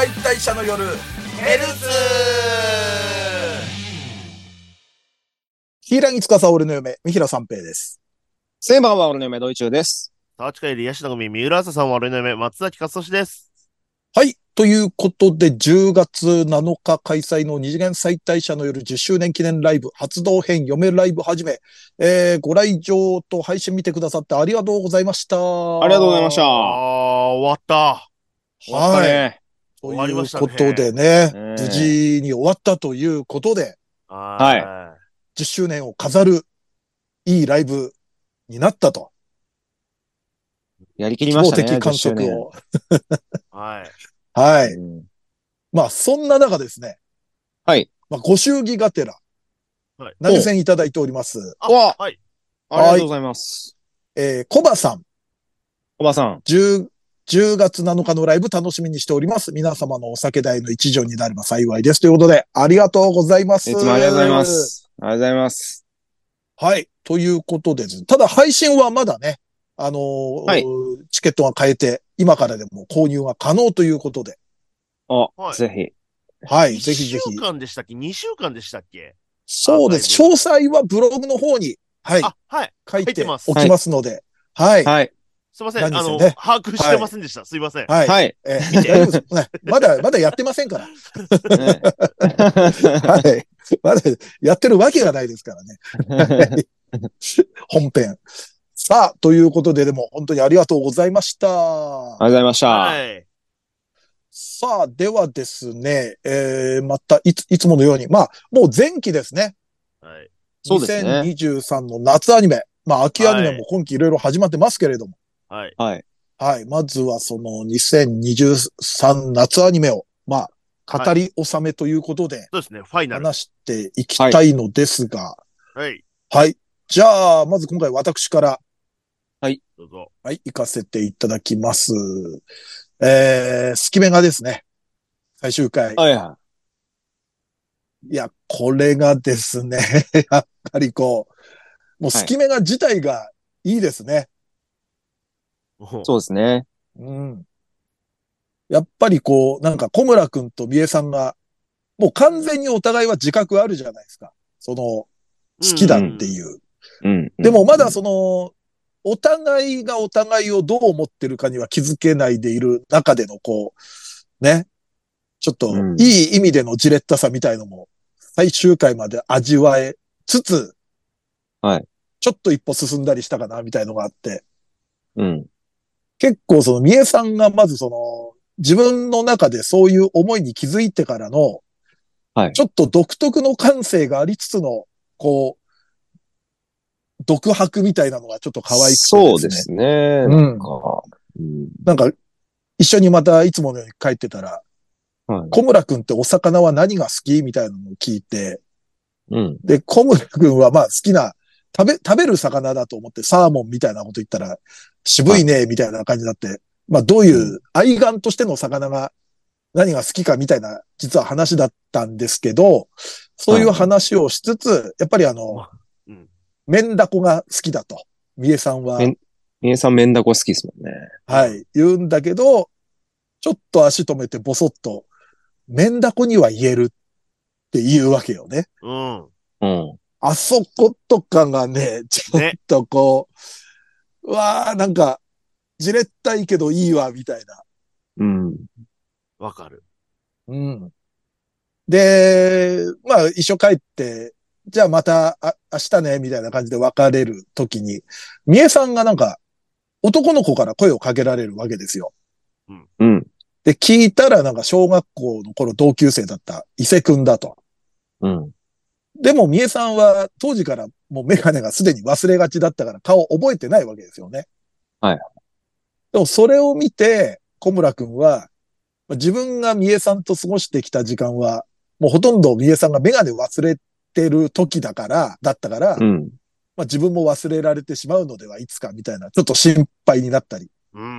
解体者の夜ヘルツ平木司俺の嫁、三平三平です。 セイバーは俺の嫁、ドイチューです。 沢地会でヤシの組、三浦朝さんは俺の嫁、松崎勝利です。 はい。ということで、10月7日開催の二次元再退社の夜10周年記念ライブ、発動編嫁ライブはじめ、ご来場と配信見てくださってありがとうございました。 ありがとうございました。 終わった。 終わったね。 と終わりましたね。 いうことでね、無事に終わったということで、 はい。 10周年を飾るいいライブになったと。 やりきりましたね。 希望的観測を。 はい。 はい。まあ、そんな中ですね。 はい。 まあ、ご祝儀がてら、 はい。 投げ銭いただいております。 はい。 ありがとうございます。 コバさん。 コバさん。 10月7日のライブ楽しみにしております。皆様のお酒代の一助になれば幸いです。ということで、ありがとうございます。 いつもありがとうございます。ありがとうございます。 はい。ということです。ただ配信はまだね、はい、チケットが買えて、今からでも購入が可能ということで。 はい、ぜひ。はい、ぜひぜひ。 1週間でしたっけ ?2 週間でしたっけ？ そうです。詳細はブログの方に、はい。 はい。 書いておきますので。はい。 はい。 すいません。把握してませんでした。はい、すいません。 はい。はい。大丈夫です。まだやってませんから。はい。まだやってるわけがないですからね。本編。さあ、ということで、でも本当にありがとうございました。 ありがとうございました。はい。 さあ、ではですね、またいつものように、まあ、もう前期ですね。 はい。 そうですね。 2023の夏アニメ。まあ、秋アニメも今期いろいろ始まってますけれども。 はい。 はい。 はい。まずはその2023夏アニメを、まあ、語り納めということで、 そうですね、ファイナル。 話していきたいのですが、 はい。 はい。じゃあ、まず今回私から、 はい。 どうぞ。 はい、行かせていただきます。スキメがですね、最終回。 はいはい。 いや、これがですね、やっぱりこう、もうスキメが自体がいいですね。 そうですね。 うん。やっぱりこう、なんか小村くんと三重さんが、もう完全にお互いは自覚あるじゃないですか。その、好きだっていう。でもまだその、お互いがお互いをどう思ってるかには気づけないでいる中でのこう、ね。ちょっと、いい意味でのじれったさみたいのも、最終回まで味わえつつ、 はい。 ちょっと一歩進んだりしたかな、みたいのがあって。 うん。 結構その、三重さんがまずその、自分の中でそういう思いに気づいてからの、 はい。 ちょっと独特の感性がありつつの、こう、独白みたいなのがちょっと可愛くてですね。 そうですね。 なんか、一緒にまたいつものように帰ってたら、小村くんってお魚は何が好きみたいなのを聞いて、で、小村くんはまあ好きな、食べる魚だと思ってサーモンみたいなこと言ったら、渋いね、みたいな感じになって、まあどういう愛玩としての魚が何が好きかみたいな、実は話だったんですけど、そういう話をしつつ、やっぱりメンダコが好きだと。三重さんは。 三重さんメンダコ好きですもんね。 はい。言うんだけど、ちょっと足止めてボソッと、メンダコには言えるって言うわけよね。あそことかがね、ちょっとこう、なんか、じれったいけどいいわ、みたいな。 わかる。 で、まあ一緒帰って、じゃあまた明日ね、みたいな感じで別れるときに、三重さんがなんか、男の子から声をかけられるわけですよ。で、聞いたらなんか小学校の頃同級生だった伊勢くんだと。でも三重さんは当時からもうメガネがすでに忘れがちだったから顔覚えてないわけですよね。 はい。 でもそれを見て、小村くんは、自分が三重さんと過ごしてきた時間は、もうほとんど三重さんがメガネ忘れてる時だったから、まあ自分も忘れられてしまうのではいつかみたいな、ちょっと心配になったり。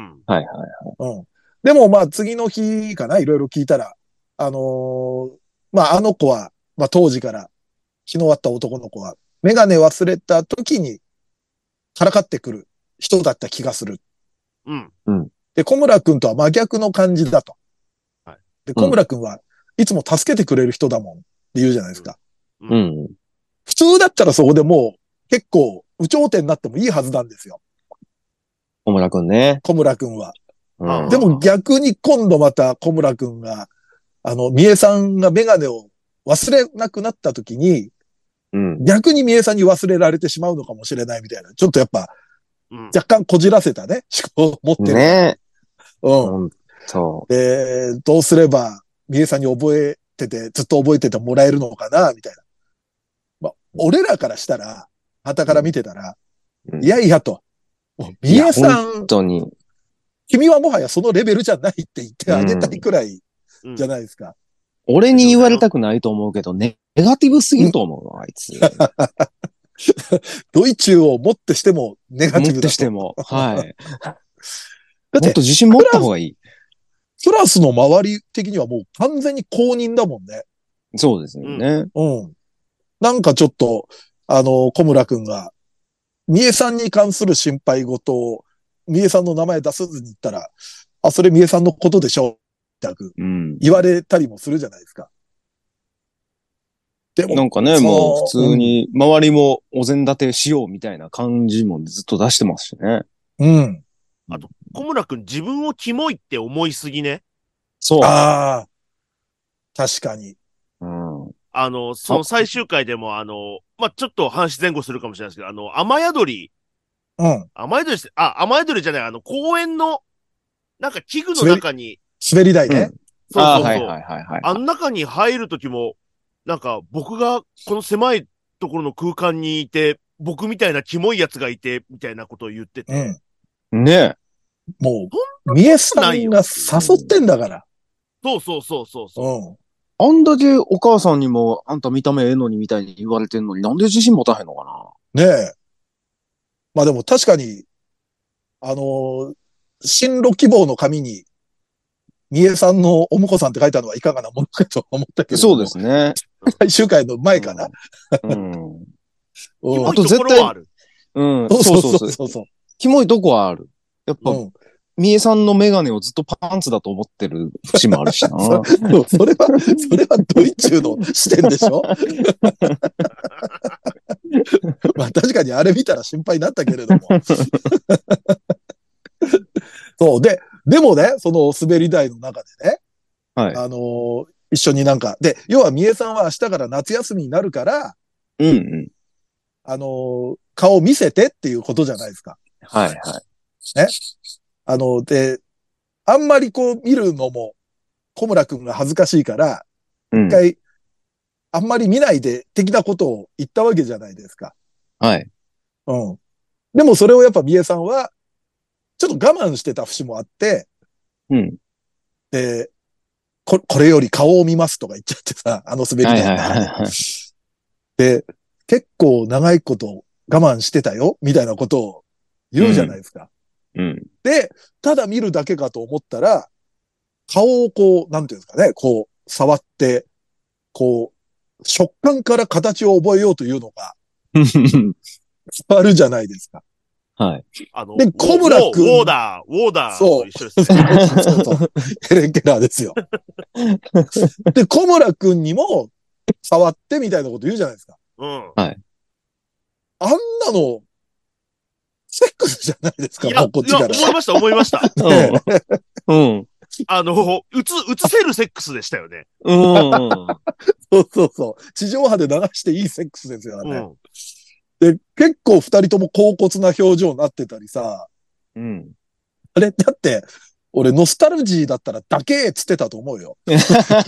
でもまあ次の日かな、いろいろ聞いたら、まああの子は、まあ当時から気のあった男の子は、メガネ忘れた時にからかってくる人だった気がする。で、小村くんとは真逆の感じだと。 で、小村くんはいつも助けてくれる人だもんって言うじゃないですか。 うん。 普通だったらそこでもう結構有頂天になってもいいはずなんですよ。 小村くんね。 小村くんは。 うん。 でも逆に今度また小村くんが、三重さんがメガネを忘れなくなった時に、 うん。 逆に三重さんに忘れられてしまうのかもしれないみたいな。ちょっとやっぱ、若干こじらせたね、思考を持ってる。 ね。 うん。 そう。 で、どうすれば三重さんにずっと覚えててもらえるのかな、みたいな。まあ、俺らからしたら、傍から見てたら、いやいやと。三重さん、 本当に。 君はもはやそのレベルじゃないって言ってあげたいくらいじゃないですか。 俺に言われたくないと思うけど、ネガティブすぎると思うわ、あいつ。 ドイチューをもってしてもネガティブだと。 もってしても。はい。 だって、 もっと自信持った方がいい。 クラスの周り的にはもう完全に公認だもんね。 そうですよね。 うん。なんかちょっと、小村くんが、三重さんに関する心配事を、三重さんの名前出さずに言ったら、あ、それ三重さんのことでしょ、言われたりもするじゃないですか。 でもなんかね、もう普通に、周りもお膳立てしようみたいな感じもずっと出してますしね。 うん。 あと、小村くん自分をキモいって思いすぎね。 そう。 ああ。確かに。 うん。 その最終回でもまあ、ちょっと話前後するかもしれないですけど、雨宿り。 うん。 雨宿り雨宿りじゃない、公園の、なんか器具の中に。 滑り台ね。 そうそうそう。 はいはいはいはい。 あん中に入るときも、なんか僕がこの狭いところの空間にいて、僕みたいなキモいやつがいて、みたいなことを言ってて。 ねえ。 もう、三重さんが誘ってんだから。 そうそうそうそう。 うん。 あんだけお母さんにも、あんた見た目ええのにみたいに言われてんのになんで自信持たへんのかな。ねえ。まあでも確かに、進路希望の紙に、三重さんのお婿さんって書いたのはいかがなものかと思ったけど。 そうですね。 最終回の前かな。 うん。 キモいところはある。 うん。 そうそうそう。 キモいとこはある。やっぱ、三重さんのメガネをずっとパンツだと思ってる節もあるしな。 それはドイツの視点でしょまあ確かにあれ見たら心配になったけれども。そう。でもね、その滑り台の中でね、 はい。 一緒になんか、で、要は三重さんは明日から夏休みになるから、 うんうん。 顔見せてっていうことじゃないですか。 はいはい。 ね。で、あんまりこう見るのも、小村くんが恥ずかしいから、一回、あんまり見ないで的なことを言ったわけじゃないですか。 はい。 うん。でもそれをやっぱ三重さんは、ちょっと我慢してた節もあって、 うん。 で、これより顔を見ますとか言っちゃってさ、滑り台の中で。で、結構長いこと我慢してたよ、みたいなことを言うじゃないですか。で、ただ見るだけかと思ったら、顔をこう、なんていうんですかね、こう、触って、こう、食感から形を覚えようというのが、伝わるじゃないですか。 はい。 で、小村くん。 ウォーダーと一緒ですね。 そう。ヘレンケラーですよ。で、小村くんにも触ってみたいなこと言うじゃないですか。 うん。 はい。 あんなの、セックスじゃないですか、もうこっちから。 思いました。 うん。 映せるセックスでしたよね。 うん。 そう。地上波で流していいセックスですよね。で、結構二人とも高骨な表情になってたりさ。 うん。 あれ、だって、俺ノスタルジーだったらだけーっつってたと思うよ。ノ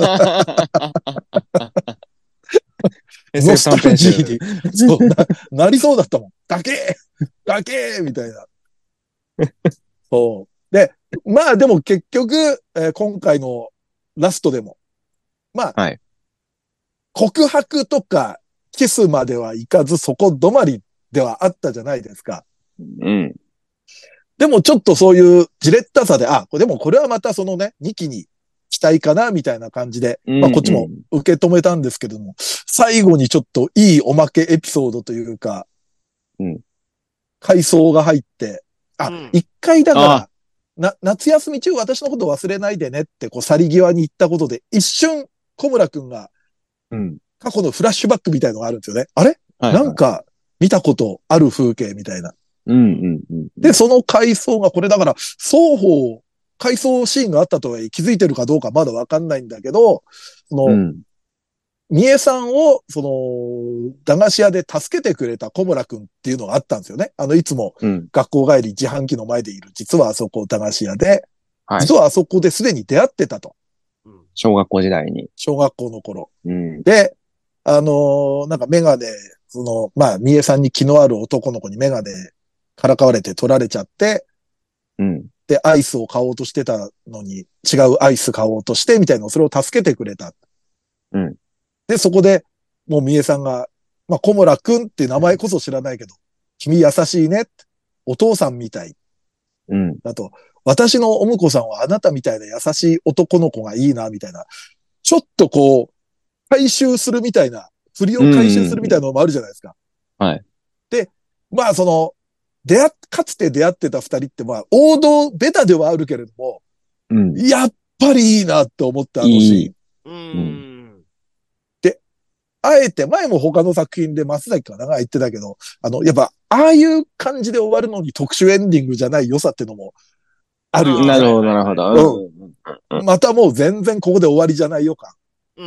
スタルジーに、そうなりそうだったもん。だけーみたいな。そう。で、まあでも結局、今回のラストでも、まあ、 はい、 告白とかキスまではいかずそこ止まりではあったじゃないですか。 うん。 でもちょっとそういうじれったさで、でもこれはまたそのね、2期に期待かなみたいな感じで、まあこっちも受け止めたんですけども、最後にちょっといいおまけエピソードというか、回想が入って、一回だから、 夏休み中私のこと忘れないでねってこう去り際に言ったことで、一瞬小村くんが、過去のフラッシュバックみたいのがあるんですよね。あれ、なんか見たことある風景みたいな。で、その回想がこれだから、双方、回想シーンがあったとはいえ気づいてるかどうかまだわかんないんだけど、三重さんを、駄菓子屋で助けてくれた小村くんっていうのがあったんですよね。いつも学校帰り自販機の前でいる、実はあそこ駄菓子屋で、実はあそこですでに出会ってたと。 小学校時代に。 小学校の頃。で、なんかメガネ、三重さんに気のある男の子にメガネからかわれて取られちゃって、で、アイスを買おうとしてたのに、違うアイス買おうとして、みたいな、それを助けてくれた。で、そこで、もう三重さんが、小村くんって名前こそ知らないけど、君優しいね。お父さんみたい。だと、私のお婿さんはあなたみたいな優しい男の子がいいな、みたいな。ちょっとこう、回収するみたいな、振りを回収するみたいなのもあるじゃないですか。で、かつて出会ってた二人って、王道、ベタではあるけれども、やっぱりいいなって思ったあのシーン。で、あえて、前も他の作品で松崎かなが言ってたけど、やっぱ、ああいう感じで終わるのに特殊エンディングじゃない良さってのもあるよね。 なるほど、なるほど。 またもう全然ここで終わりじゃないよ感。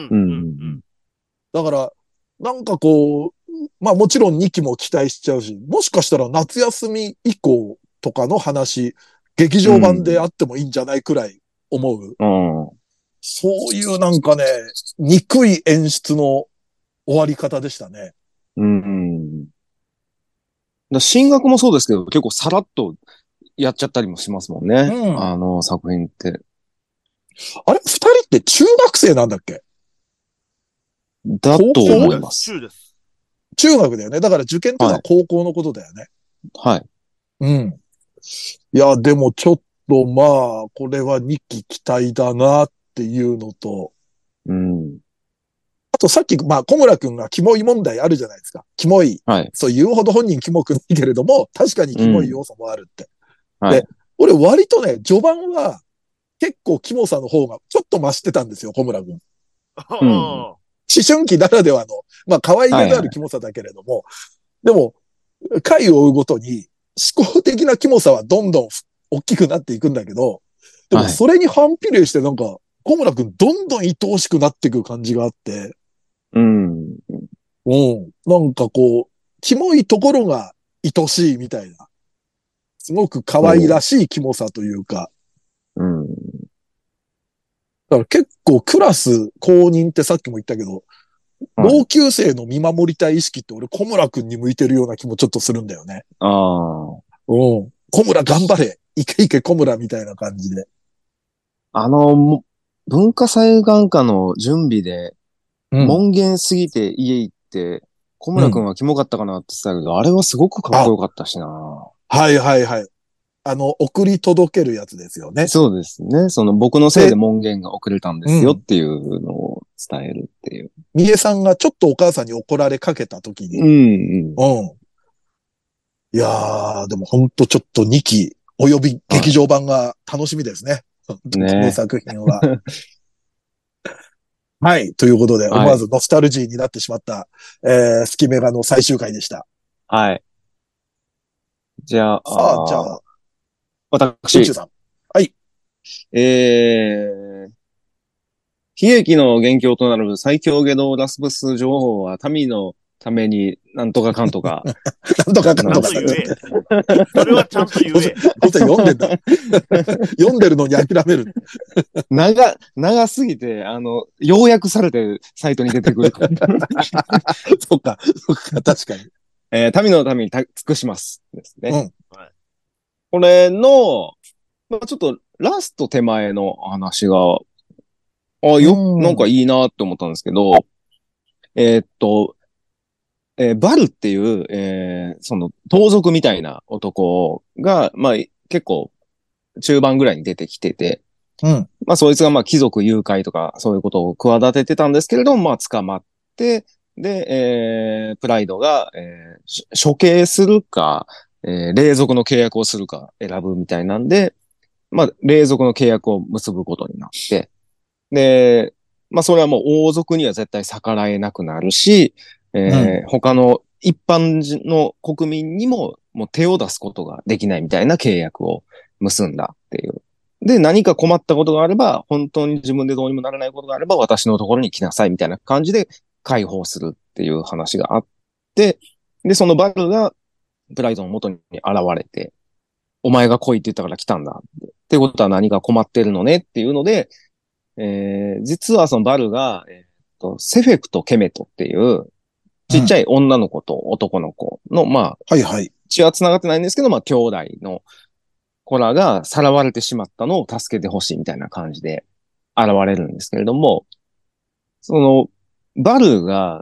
だから、なんかこう、もちろん2期も期待しちゃうし、もしかしたら夏休み以降とかの話、劇場版であってもいいんじゃないくらい思う。そういうなんかね、憎い演出の終わり方でしたね。 進学もそうですけど、結構さらっとやっちゃったりもしますもんね。作品って。 あれ二人って中学生なんだっけ？ だと思います。 中学だよね。だから受験ってのは高校のことだよね。いや、でもちょっとこれは2期期待だなっていうのと、あとさっき、小村くんがキモい問題あるじゃないですか。キモい。そう言うほど本人キモくないけれども、確かにキモい要素もあるって。で、俺割とね、序盤は結構キモさの方がちょっと増してたんですよ、小村くん。思春期ならではの、可愛げのあるキモさだけれども、でも、回を追うごとに思考的なキモさはどんどん大きくなっていくんだけど、でもそれに反比例してなんか、小村くんどんどん愛おしくなっていく感じがあって、なんかこう、キモいところが愛しいみたいな。すごく可愛らしいキモさというか。だから結構クラス公認ってさっきも言ったけど、同級生の見守りたい意識って俺小村くんに向いてるような気もちょっとするんだよね。小村頑張れいけいけ小村みたいな感じで。 文化祭眼科の準備で、門限過ぎて家行って、小村くんはキモかったかなって言ってたけど、あれはすごくかっこよかったしな。 はいはいはい。送り届けるやつですよね。 そうですね。僕のせいで門限が遅れたんですよっていうのを伝えるっていう。 三重さんがちょっとお母さんに怒られかけた時に。いやー、でもほんとちょっと2期及び劇場版が楽しみですね。この作品は。はい。ということで、思わずノスタルジーになってしまった、スキメガの最終回でした。 はい。じゃあ、 じゃあ、 私。 宇宙さん。はい。 悲劇の元凶となる最強ゲドラスボス女王は民のためになんとかかんとか。 なんとかかんとか。 それはちゃんと言え。 読んでんだ。読んでるのに諦める。 長すぎて、要約されてサイトに出てくる。 そっか、確かに。 民のために尽くします。ですね。これの、ちょっとラスト手前の話が、なんかいいなって思ったんですけど、バルっていう、盗賊みたいな男が、結構、中盤ぐらいに出てきてて、そいつが貴族誘拐とか、そういうことを企ててたんですけれども、捕まって、で、プライドが、処刑するか、霊族の契約をするか選ぶみたいなんで、 まあ、霊族の契約を結ぶことになって、で、まあ、それはもう王族には絶対逆らえなくなるし、他の一般の国民にももう手を出すことができないみたいな契約を結んだっていう。で、何か困ったことがあれば、本当に自分でどうにもならないことがあれば、私のところに来なさいみたいな感じで解放するっていう話があって、で、そのバルがプライドの元に現れて、お前が来いって言ったから来たんだ。ってことは何が困ってるのねっていうので、実はそのバルが、セフェクとケメトっていう、ちっちゃい女の子と男の子の、まあ、 はいはい。 血は繋がってないんですけど、まあ、兄弟の子らがさらわれてしまったのを助けてほしいみたいな感じで現れるんですけれども、その、バルが、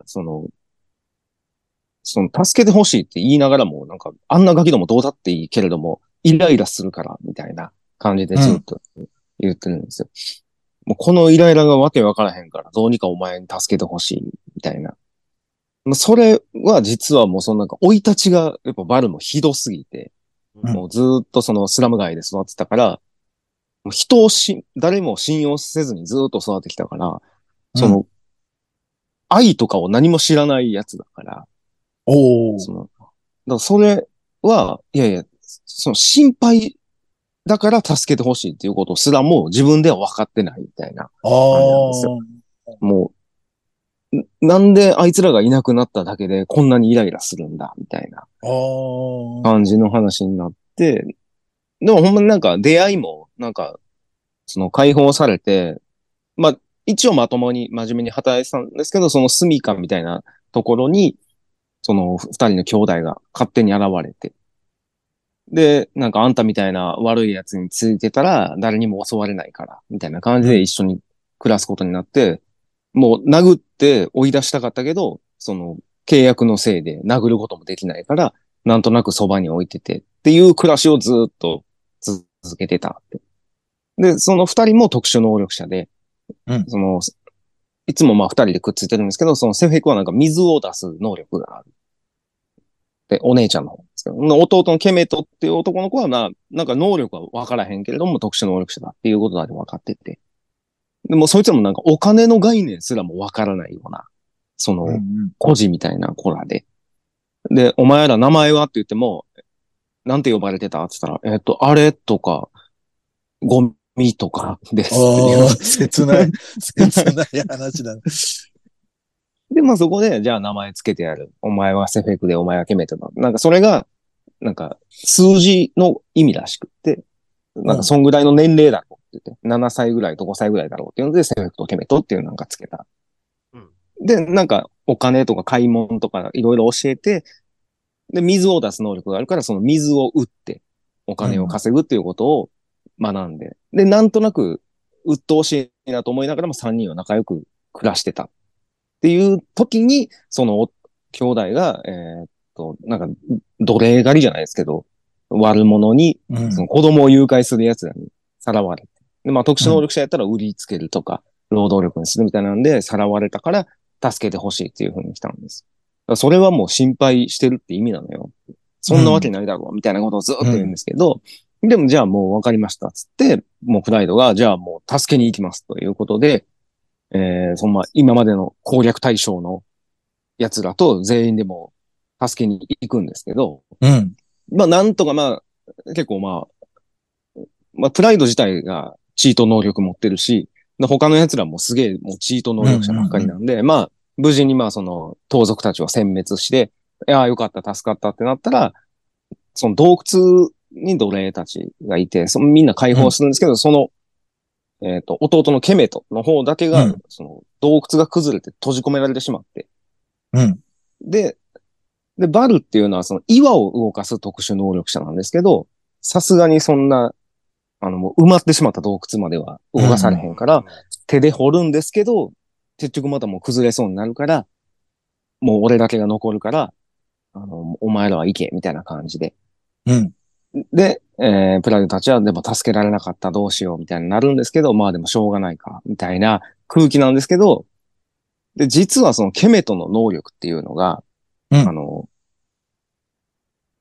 助けてほしいって言いながらも、なんか、あんなガキどもどうだっていいけれども、イライラするから、みたいな感じでずっと言ってるんですよ。もうこのイライラがわけわからへんから、どうにかお前に助けてほしい、みたいな。それは実はもうそのなんか、生い立ちが、やっぱバルもひどすぎて、もうずっとそのスラム街で育ってたから、もう誰も信用せずにずっと育ってきたから、その、愛とかを何も知らないやつだから、だからそれは、いやいや、その心配だから助けてほしいっていうことすらも自分では分かってないみたいな感じなんですよ。もう、なんであいつらがいなくなっただけでこんなにイライラするんだみたいな感じの話になって、でもほんまになんか出会いも、なんか、その解放されて、まあ、一応まともに真面目に働いてたんですけど、その住処みたいなところに、その二人の兄弟が勝手に現れて、で、なんかあんたみたいな悪い奴についてたら誰にも襲われないから、みたいな感じで一緒に暮らすことになって、もう殴って追い出したかったけど、その契約のせいで殴ることもできないから、なんとなくそばに置いててっていう暮らしをずっと続けてたって。で、その二人も特殊能力者で、いつもまあ二人でくっついてるんですけど、そのセフェクはなんか水を出す能力がある。で、お姉ちゃんの方ですけど、弟のケメトっていう男の子はなんか能力は分からへんけれども特殊能力者だっていうことだけ分かってて。でもそいつらもなんかお金の概念すらも分からないような、その、孤児みたいな子らで。で、お前ら名前はって言っても、なんて呼ばれてたって言ったら、あれとか、ゴミとかですっていう。 切ない、切ない話だ。 で、まあそこで、じゃあ名前つけてやる。お前はセフェクでお前はケメトだ。なんかそれが、なんか数字の意味らしくって、なんかそんぐらいの年齢だろうって言って、7歳ぐらいと5歳ぐらいだろうっていうので、セフェクトケメトっていうなんかつけた。で、なんかお金とか買い物とかいろいろ教えて、で、水を出す能力があるから、その水を売ってお金を稼ぐっていうことを学んで、で、なんとなく鬱陶しいなと思いながらも3人は仲良く暮らしてたっていう時に、その兄弟が、なんか奴隷狩りじゃないですけど、悪者に、その子供を誘拐する奴らにさらわれて。で、まあ特殊能力者やったら売りつけるとか、労働力にするみたいなんで、さらわれたから助けてほしいっていう風に来たんです。それはもう心配してるって意味なのよ。そんなわけないだろう、みたいなことをずっと言うんですけど、でもじゃあもう分かりました、つって、もうプライドが、じゃあもう助けに行きますということで、そのまあ今までの攻略対象の奴らと全員でも助けに行くんですけど、まあなんとかまあ、結構まあプライド自体がチート能力持ってるし、他の奴らもすげえもうチート能力者ばっかりなんで、まあ無事にまあその盗賊たちを殲滅して、いや、よかった、助かったってなったら、その洞窟に奴隷たちがいて、みんな解放するんですけど、その、弟のケメトの方だけが、その洞窟が崩れて閉じ込められてしまって。で、バルっていうのはその岩を動かす特殊能力者なんですけど、さすがにそんな、もう埋まってしまった洞窟までは動かされへんから、手で掘るんですけど、結局またもう崩れそうになるから、もう俺だけが残るから、お前らは行け、みたいな感じで。で、プライドたちはでも助けられなかった、どうしよう、みたいになるんですけど、まあでもしょうがないか、みたいな空気なんですけど、で、実はそのケメトの能力っていうのが、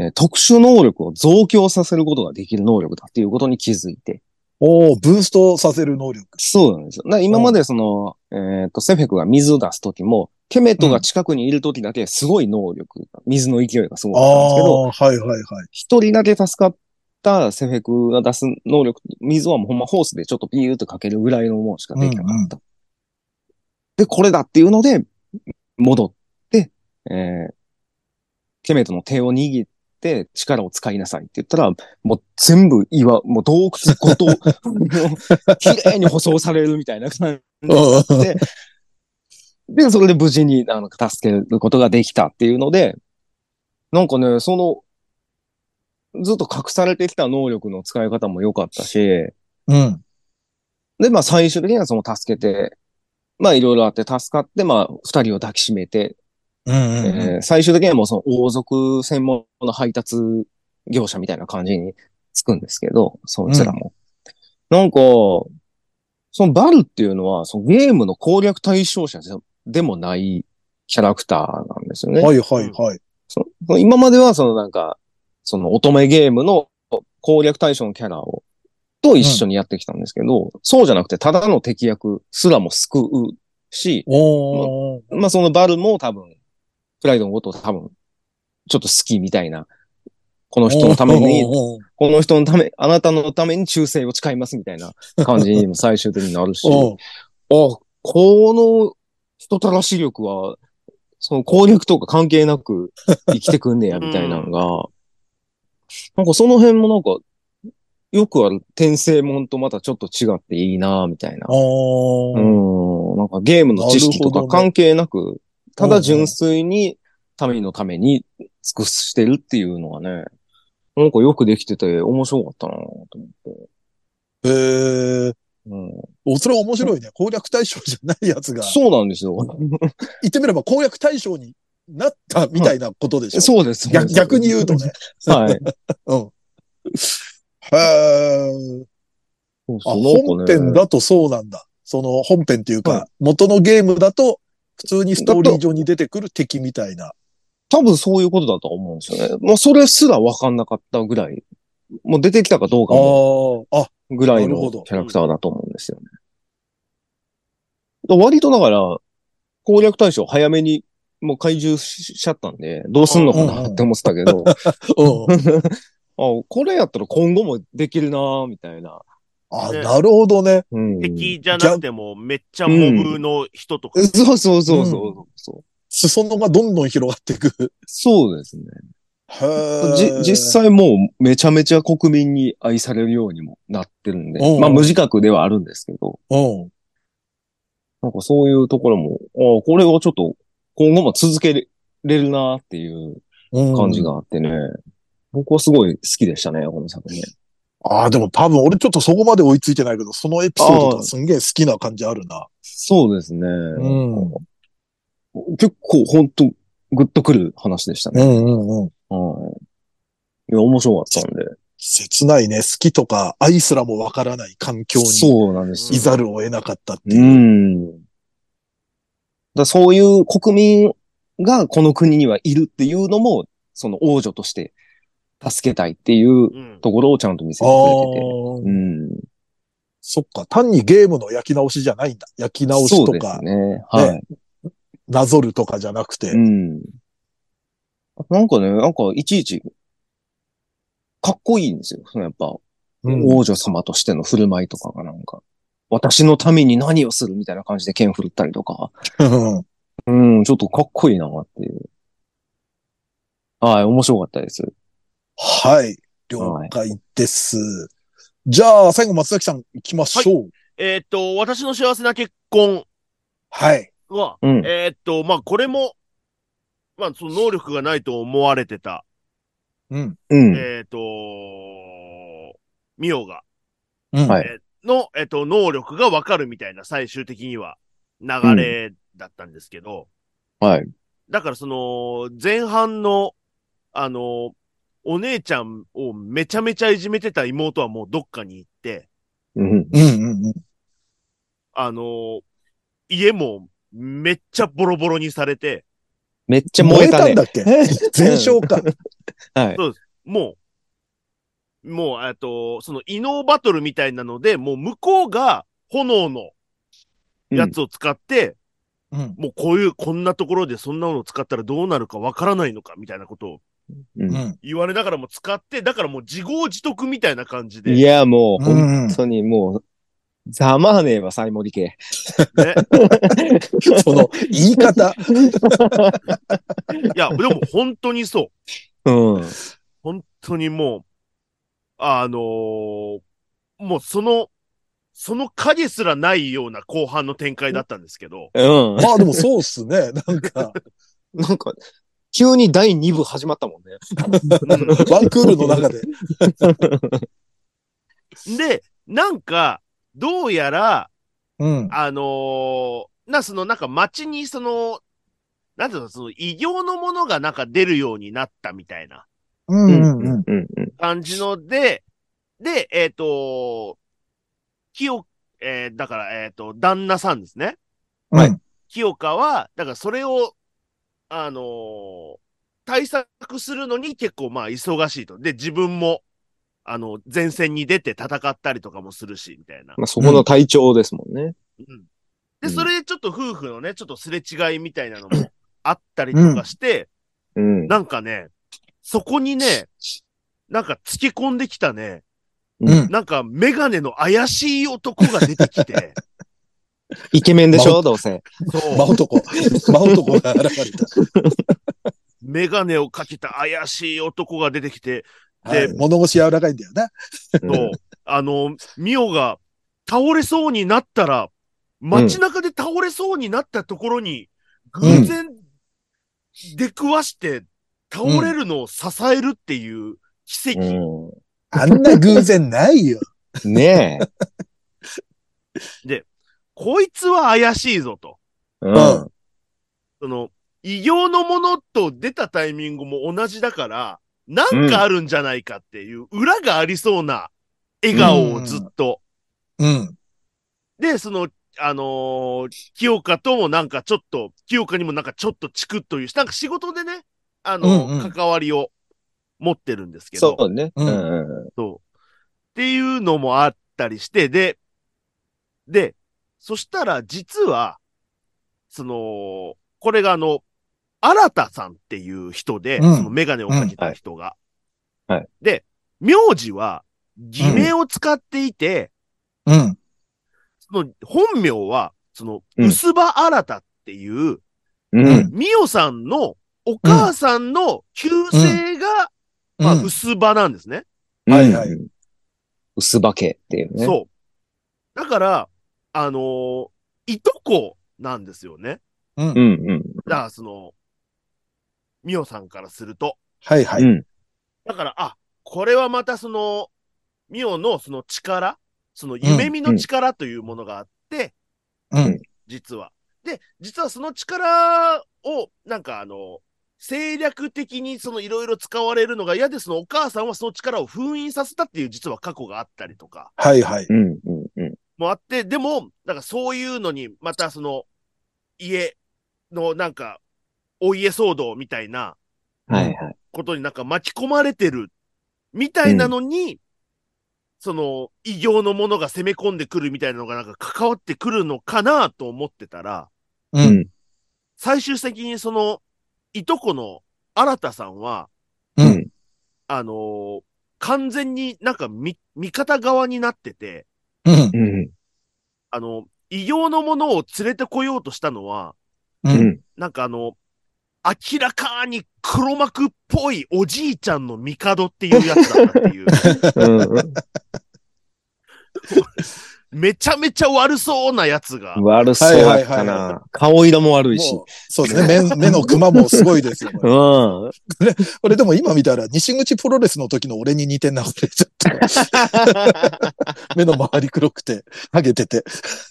特殊能力を増強させることができる能力だっていうことに気づいて。 おー、ブーストさせる能力。 そうなんですよ。今までその、セフェクが水を出すときも、ケメトが近くにいるときだけすごい能力、水の勢いがすごかったんですけど、 はいはいはい。 一人だけ助かったセフェクが出す能力、水はもうほんまホースでちょっとピーッとかけるぐらいのものしかできなかった。で、これだっていうので、戻って、ケメトの手を握って力を使いなさいって言ったら、もう全部もう洞窟ごと、綺麗に舗装されるみたいな感じになって、で、それで無事に助けることができたっていうので、なんかね、ずっと隠されてきた能力の使い方も良かったし、 うん。 で、まあ最終的にはその助けて、まあいろいろあって助かって、まあ二人を抱きしめて、最終的にはもうその王族専門の配達業者みたいな感じにつくんですけど、そいつらも。なんか、そのバルっていうのは、そのゲームの攻略対象者でもないキャラクターなんですよね。 はいはいはい。 今まではそのなんか、その乙女ゲームの攻略対象のキャラと一緒にやってきたんですけど、そうじゃなくてただの敵役すらも救うし、まあそのバルも多分、プライドのことを多分、ちょっと好きみたいな、この人のために、この人のため、あなたのために忠誠を誓いますみたいな感じにも最終的になるし、この人たらし力は、その攻略とか関係なく生きてくんねや、みたいなのが、なんかその辺もなんか、よくある転生もんとまたちょっと違っていいなみたいな。なんかゲームの知識とか関係なく、ただ純粋に民のために尽くしてるっていうのがね、なんかよくできてて面白かったなと思って。 へえ。それ面白いね。攻略対象じゃないやつが。 そうなんですよ。 言ってみれば攻略対象になったみたいなことでしょ。 そうです。 逆に言うとね。 はい。 うん。へえ。本編だとそうなんだ。その本編っていうか、元のゲームだと、普通にストーリー上に出てくる敵みたいな。 多分そういうことだと思うんですよね。もうそれすら分かんなかったぐらい、もう出てきたかどうかも、ぐらいのキャラクターだと思うんですよね。割とだから、攻略対象早めにもう怪獣しちゃったんで、どうすんのかなって思ってたけど、これやったら今後もできるなみたいな。 なるほどね。 敵じゃなくてもめっちゃモブの人とか。 そうそうそうそう。 裾野がどんどん広がっていく。 そうですね。実際もうめちゃめちゃ国民に愛されるようにもなってるんで、まあ無自覚ではあるんですけど、なんかそういうところも、これをちょっと今後も続けれるなっていう感じがあってね、僕はすごい好きでしたね、この作品。 でも多分俺ちょっとそこまで追いついてないけど、そのエピソードとかすんげえ好きな感じあるな。 そうですね。結構ほんとグッとくる話でしたね。いや、面白かったんで。 切ないね。好きとか愛すらもわからない環境にそうなんですいざるを得なかったっていう。 そういう国民がこの国にはいるっていうのも、その王女として助けたいっていうところをちゃんと見せてくれてて。 そっか。単にゲームの焼き直しじゃないんだ。焼き直しとか。 そうですね。はい。 なぞるとかじゃなくて。 なんかね、なんかいちいち、かっこいいんですよ。やっぱ、王女様としての振る舞いとかがなんか、私のために何をするみたいな感じで剣振るったりとか。ちょっとかっこいいなっていう。はい、面白かったです。 はい、了解です。じゃあ、最後松崎さん行きましょう。 私の幸せな結婚。 はい。 は、まあ、これも、まあ、その能力がないと思われてた。ミオが。の、能力がわかるみたいな最終的には流れだったんですけど。だからその、前半の、お姉ちゃんをめちゃめちゃいじめてた妹はもうどっかに行って、家もめっちゃボロボロにされて、 めっちゃ燃えたね。 んだっけ全焼か。 はい。 そうです。もう、その異能バトルみたいなので、もう向こうが炎のやつを使って、うん、もうこんなところでそんなのを使ったらどうなるかわからないのか、みたいなことを言われながらも使って、だからもう自業自得みたいな感じで。 いや、もう本当にもう、ざまあねえわ、サイモリ系。ね。 その言い方。 いや、でも本当にそう。うん。本当にもう、もうその影すらないような後半の展開だったんですけど。 うん。まあでもそうっすね。 なんか、急に第2部始まったもんね。 ワンクールの中で。 で、なんか、どうやら、 うん、 なんか街になんていうの、その異形のものがなんか出るようになったみたいな。感じので、だから、旦那さんですね。 はい。 清香は、だからそれを、対策するのに結構まあ忙しいと。で、自分も、前線に出て戦ったりとかもするし、みたいな。 まあそこの体調ですもんね。 うん。で、それでちょっと夫婦のね、ちょっとすれ違いみたいなのもあったりとかして、なんかね、そこにね、なんかつけ込んできたね、なんかメガネの怪しい男が出てきて。 イケメンでしょどうせ。 そう。真男が現れた。 メガネをかけた怪しい男が出てきて、 で、物腰柔らかいんだよな。 そう。ミオが倒れそうになったら、街中で倒れそうになったところに、偶然出くわして倒れるのを支えるっていう奇跡。 あんな偶然ないよ。 ねえ。で、こいつは怪しいぞと。その、異形のものと出たタイミングも同じだから、なんかあるんじゃないかっていう裏がありそうな笑顔をずっと。で、清香ともなんかちょっと、清香にもなんかちょっとチクッという、なんか仕事でね、関わりを持ってるんですけど。 そうね。 そう。っていうのもあったりして、で、そしたら実は、これが新田さんっていう人で、そのメガネをかけた人が。 はい。 で、名字は偽名を使っていて、その本名は、薄葉新田っていう、ミオさんのお母さんの旧姓が、まあ、薄葉なんですね。 はいはい。 薄葉家っていうね。 そう。だから、いとこなんですよね。だからミオさんからすると。 はいはい。 だから、これはまたミオのその力、その夢見の力というものがあって、実は。で、実はその力を、なんか政略的にいろいろ使われるのが嫌で、そのお母さんはその力を封印させたっていう実は過去があったりとか。 はいはい。 もあって、でも、なんかそういうのに、また家のなんか、お家騒動みたいな、ことになんか巻き込まれてる、みたいなのに、異形のものが攻め込んでくるみたいなのがなんか関わってくるのかなと思ってたら、最終的にいとこの新田さんは、完全になんか味方側になってて、異形のものを連れてこようとしたのは、なんか明らかに黒幕っぽいおじいちゃんの帝っていうやつだったっていう。めちゃめちゃ悪そうなやつが。 悪そうだったな。顔色も悪いし。 そうですね。目のクマもすごいですよ。これでも今見たら、西口プロレスの時の俺に似てんな、俺ちょっと。目の周り黒くて、ハゲてて。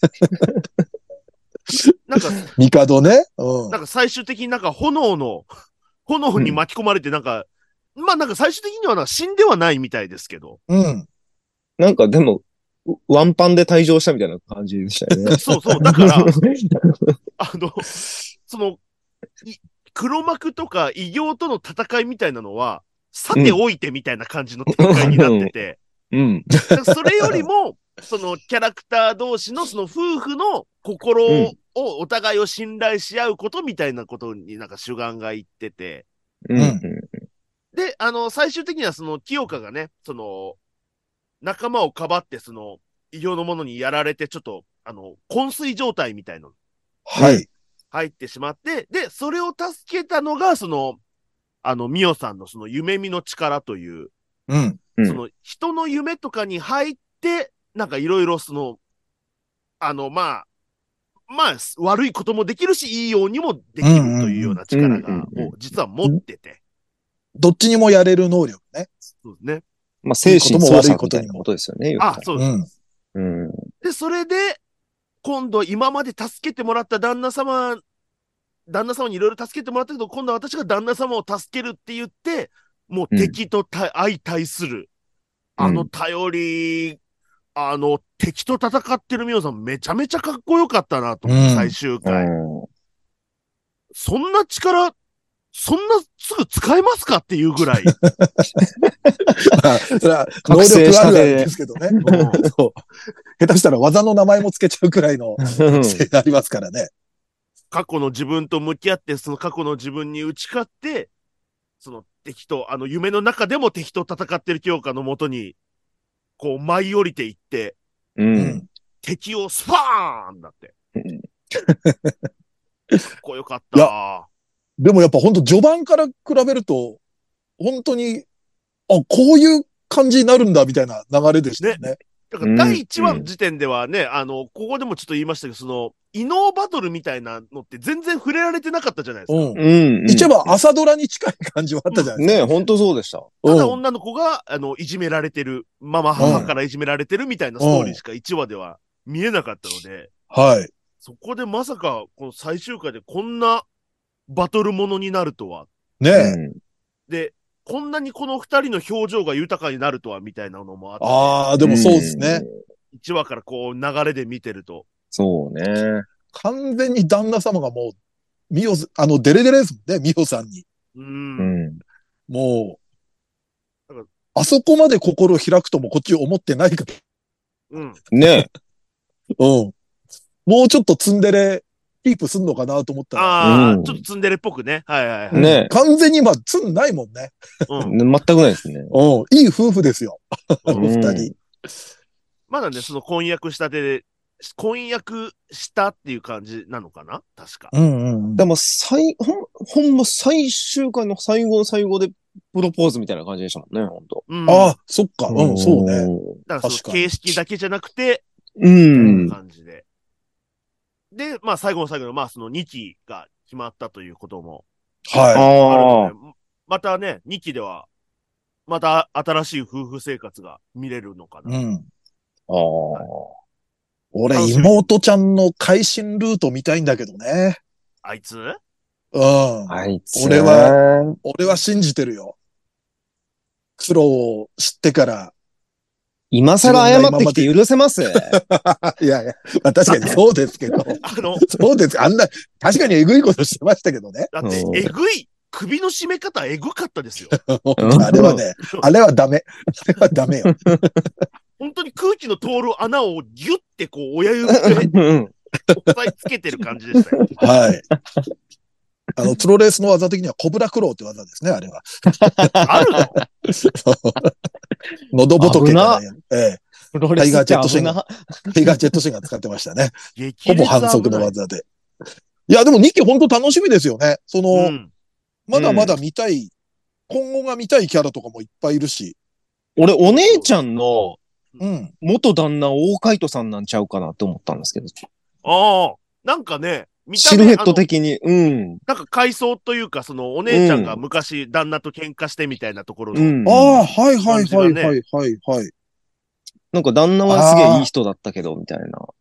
なんか、 帝ね。 なんか最終的になんか炎に巻き込まれてなんか、まあなんか最終的には死んではないみたいですけど。 なんかでも、ワンパンで退場したみたいな感じでしたよね。 そうそう。だから、黒幕とか異形との戦いみたいなのは、 さておいてみたいな感じの展開になってて、それよりも、そのキャラクター同士のその夫婦の心をお互いを信頼し合うことみたいなことになんか主眼が言ってて、で、最終的にはその清香がね、その、仲間をかばって、その、異形のものにやられて、ちょっと、昏睡状態みたいなの。 はい。 入ってしまって、で、それを助けたのが、その、ミオさんのその夢見の力という、その、人の夢とかに入って、なんかいろいろその、まあ、悪いこともできるし、いいようにもできるというような力が、実は持ってて。 どっちにもやれる能力ね。 そうですね。 まあ、精神操作みたいなことですよね。 そうです。で、それで、今度今まで助けてもらった旦那様にいろいろ助けてもらったけど、今度は私が旦那様を助けるって言って、もう敵と相対する。頼り、敵と戦ってるミオさんめちゃめちゃかっこよかったなと思って、最終回。そんな力、そんなすぐ使えますかっていうぐらい。 まあ、それは能力あるんですけどね。下手したら技の名前もつけちゃうくらいの特性がありますからね。 過去の自分と向き合って、その過去の自分に打ち勝って、その敵と、夢の中でも敵と戦ってる強化のもとに、こう舞い降りていって、敵をスパーンだって。かっこよかった。 でもやっぱ本当序盤から比べると、本当に、こういう感じになるんだみたいな流れでしたね。 だから第1話の時点ではね、ここでもちょっと言いましたけど、その、異能バトルみたいなのって全然触れられてなかったじゃないですか。 一応朝ドラに近い感じはあったじゃないですか。 ね、本当そうでした。 ただ女の子が、いじめられてる、母からいじめられてるみたいなストーリーしか1話では見えなかったので、 はい。 そこでまさか、この最終回でこんなバトルものになるとは。 ねえ。 で、こんなにこの二人の表情が豊かになるとは、みたいなのもあって。 でもそうですね。 1話からこう流れで見てると。 そうね。 完全に旦那様がもう、デレデレですもんね、ミオさんに。もう、あそこまで心を開くともこっち思ってないから。 ねもうちょっとツンデレ、キープすんのかなと思ったら。ちょっとツンデレっぽくね。はい。 ね完全にツンないもんね。 全くないですね。 いい夫婦ですよ。二人。 まだね、その婚約したてで、婚約したっていう感じなのかな確か。 でも、ほんま最終回の最後の最後でプロポーズみたいな感じでしたもんね、ほんと。 そっか。そうね。 だからその形式だけじゃなくて、感じで。で、まあ最後の最後の、まあその2期が決まったということも。 はい。 またね、2期では、また新しい夫婦生活が見れるのかな。 俺、妹ちゃんの改心ルート見たいんだけどね。 あいつあいつ俺は信じてるよ。苦労を知ってから。 今更謝ってきて許せますいや、確かにそうですけど。そうです。確かにえぐいことしてましたけどね。 だって、えぐい、首の締め方えぐかったですよ。 あれはね、あれはダメ。あれはダメよ。 本当に空気の通る穴をギュッてこう親指で押さえつけてる感じでしたよ。 はい。プロレースの技的にはコブラクローって技ですね、あれは。 あるの喉仏がね、タイガージェットシンが使ってましたね。ほぼ反則の技で。いや、でも2期本当楽しみですよね。まだまだ見たい、今後が見たいキャラとかもいっぱいいるし。 俺、お姉ちゃんの、元旦那、大海人さんなんちゃうかなって思ったんですけど。 なんかね、 シルエット的に、 なんか回想というか、そのお姉ちゃんが昔旦那と喧嘩してみたいなところの。 はい。 なんか旦那はすげえいい人だったけど、みたいな。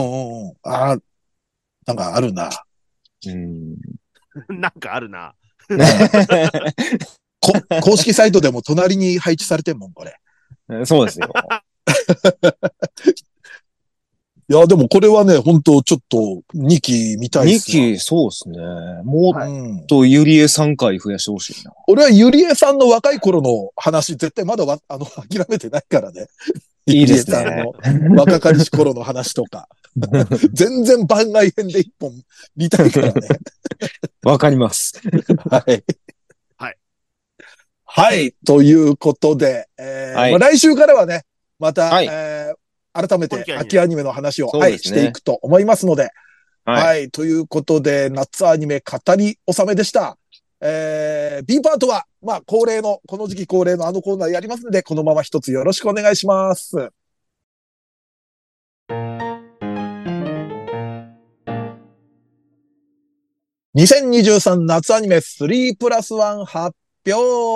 なんかあるな。 なんかあるな。 公式サイトでも隣に配置されてんもん、これ。 そうですよ。 いや、でもこれはね、本当ちょっと2期見たいっす 2期、そうですね。もっとゆりえ3回増やしてほしいな。 俺はゆりえさんの若い頃の話、絶対まだ諦めてないからね。 いいですね。 ゆりえさんの若かりし頃の話とか。全然番外編で1本見たいからね。 わかります。 はい。 はい。 はい。ということで、はい、まあ、来週からはね、また、はい、改めて秋アニメの話を、はい、していくと思いますので、はい、はい。ということで、夏アニメ語り納めでした。B パートは、まあ、恒例の、この時期恒例のコーナーやりますので、このまま一つよろしくお願いします。2023夏アニメ3+1発表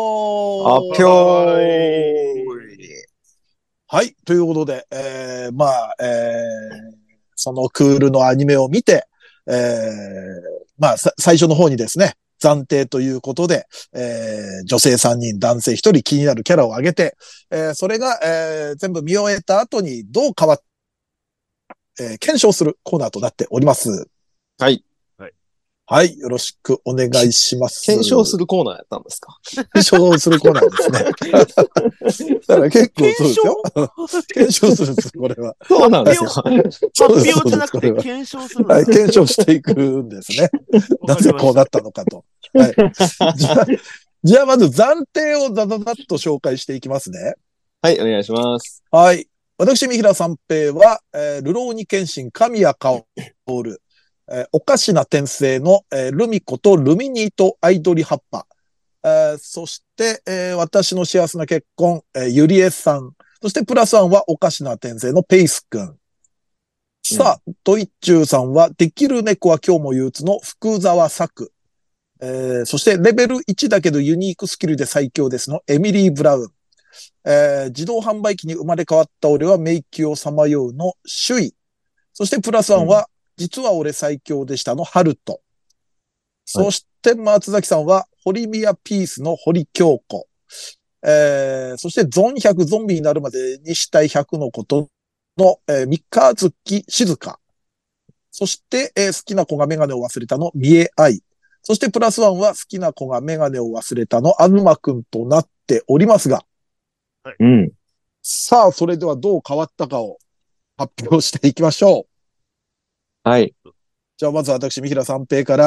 はい。ということで、まあ、そのクールのアニメを見て、まあ、最初の方にですね、暫定ということで、女性3人、男性1人気になるキャラを挙げて、それが、全部見終えた後にどう変わっ、検証するコーナーとなっております。 はい。 はい。よろしくお願いします。 検証するコーナーやったんですか？ 検証するコーナーですね。だから結構そうですよ。検証するんです、これは。 そうなんですよ。 発表じゃなくて検証するんです。 はい。検証していくんですね。なぜこうなったのかと。はい。じゃあまず暫定をザザザッと紹介していきますね。 はい、お願いします。 はい。私、三平三平は、流浪に剣心、神谷薫。おかしな転生の、ルミコとルミニーとアイドリ葉っぱ。そして、私の幸せな結婚、ゆりえさん。そしてプラスワンはおかしな転生のペイスくん。さあ、ドイッチューさんはできる猫は今日も憂鬱の福沢作。そしてレベル1だけどユニークスキルで最強ですのエミリー・ブラウン。自動販売機に生まれ変わった俺は迷宮をさまようの首位。そしてプラスワンは、実は俺最強でしたのハルト。そして松崎さんは、ホリミアピースの堀京子。そしてゾン100ゾンビになるまでにしたい100のことの、三日月静香。そして、好きな子がメガネを忘れたの三重愛。そしてプラスワンは好きな子がメガネを忘れたの東くんとなっておりますが。 はい、 さあ、それではどう変わったかを発表していきましょう。 はい。 じゃあまず私、三平三平から、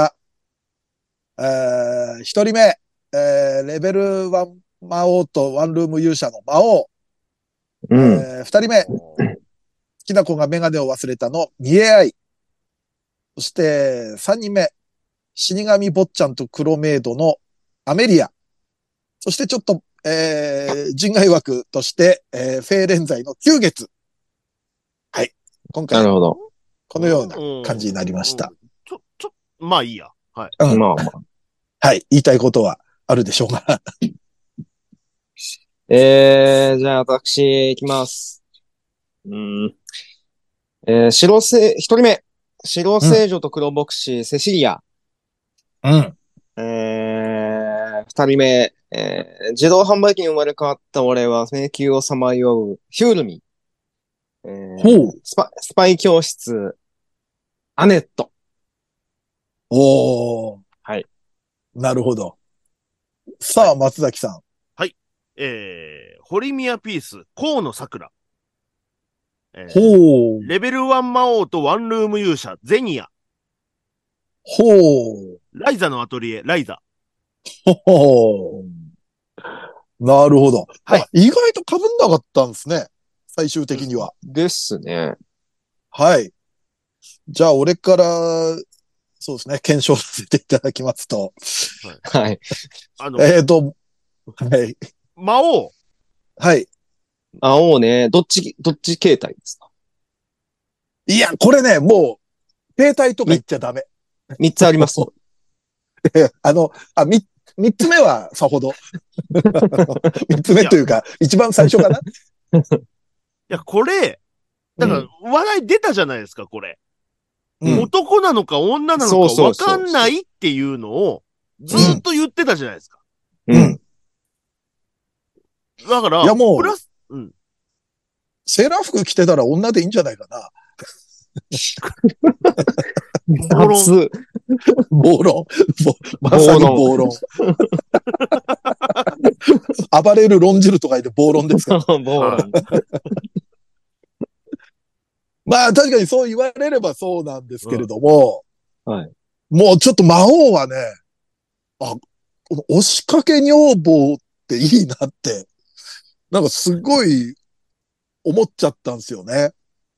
一人目、レベル1魔王とワンルーム勇者の魔王。二人目、好きな子がメガネを忘れたの、三重愛。そして、三人目、死神坊ちゃんと黒メイドのアメリア。そしてちょっと、人外枠として、フェーレンザイの9月。はい。今回、 なるほど。 このような感じになりました。 まあいいや。はい。 まあまあ。 はい。言いたいことはあるでしょうが。 じゃあ私、行きます。一人目。白聖女と黒牧師、セシリア。二人目。自動販売機に生まれ変わった俺は迷宮をさまよう、ヒュールミ。スパイ教室、アネット。 おー。 はい。 なるほど。さあ、松崎さん。 はい。ホリミアピース、河野桜。 ほう。 レベル1魔王とワンルーム勇者、ゼニア。 ほう。 ライザのアトリエ、ライザ。 ほう。なるほど。 はい。 意外と被んなかったんですね。最終的には。 ですね。 はい。じゃあ、俺から、そうですね、検証させていただきますと。 はい。 はい。 魔王。 はい。 魔王ね、どっち形態ですか？ いや、これね、もう、形態とか言っちゃダメ。 3つあります。 3つ目はさほど。3つ目というか、一番最初かな。 いや、これ、だから、話題出たじゃないですか、これ。男なのか女なのか分かんないっていうのを、ずっと言ってたじゃないですか。だから、 いやもう、 プラス、 セーラー服着てたら女でいいんじゃないかな。 暴論。 暴論。まさに暴論。暴れる論じると書いて暴論ですから。暴論。まあ確かにそう言われればそうなんですけれども、 はい。 もうちょっと魔王はね、この押しかけ女房っていいなって、なんかすごい思っちゃったんですよね。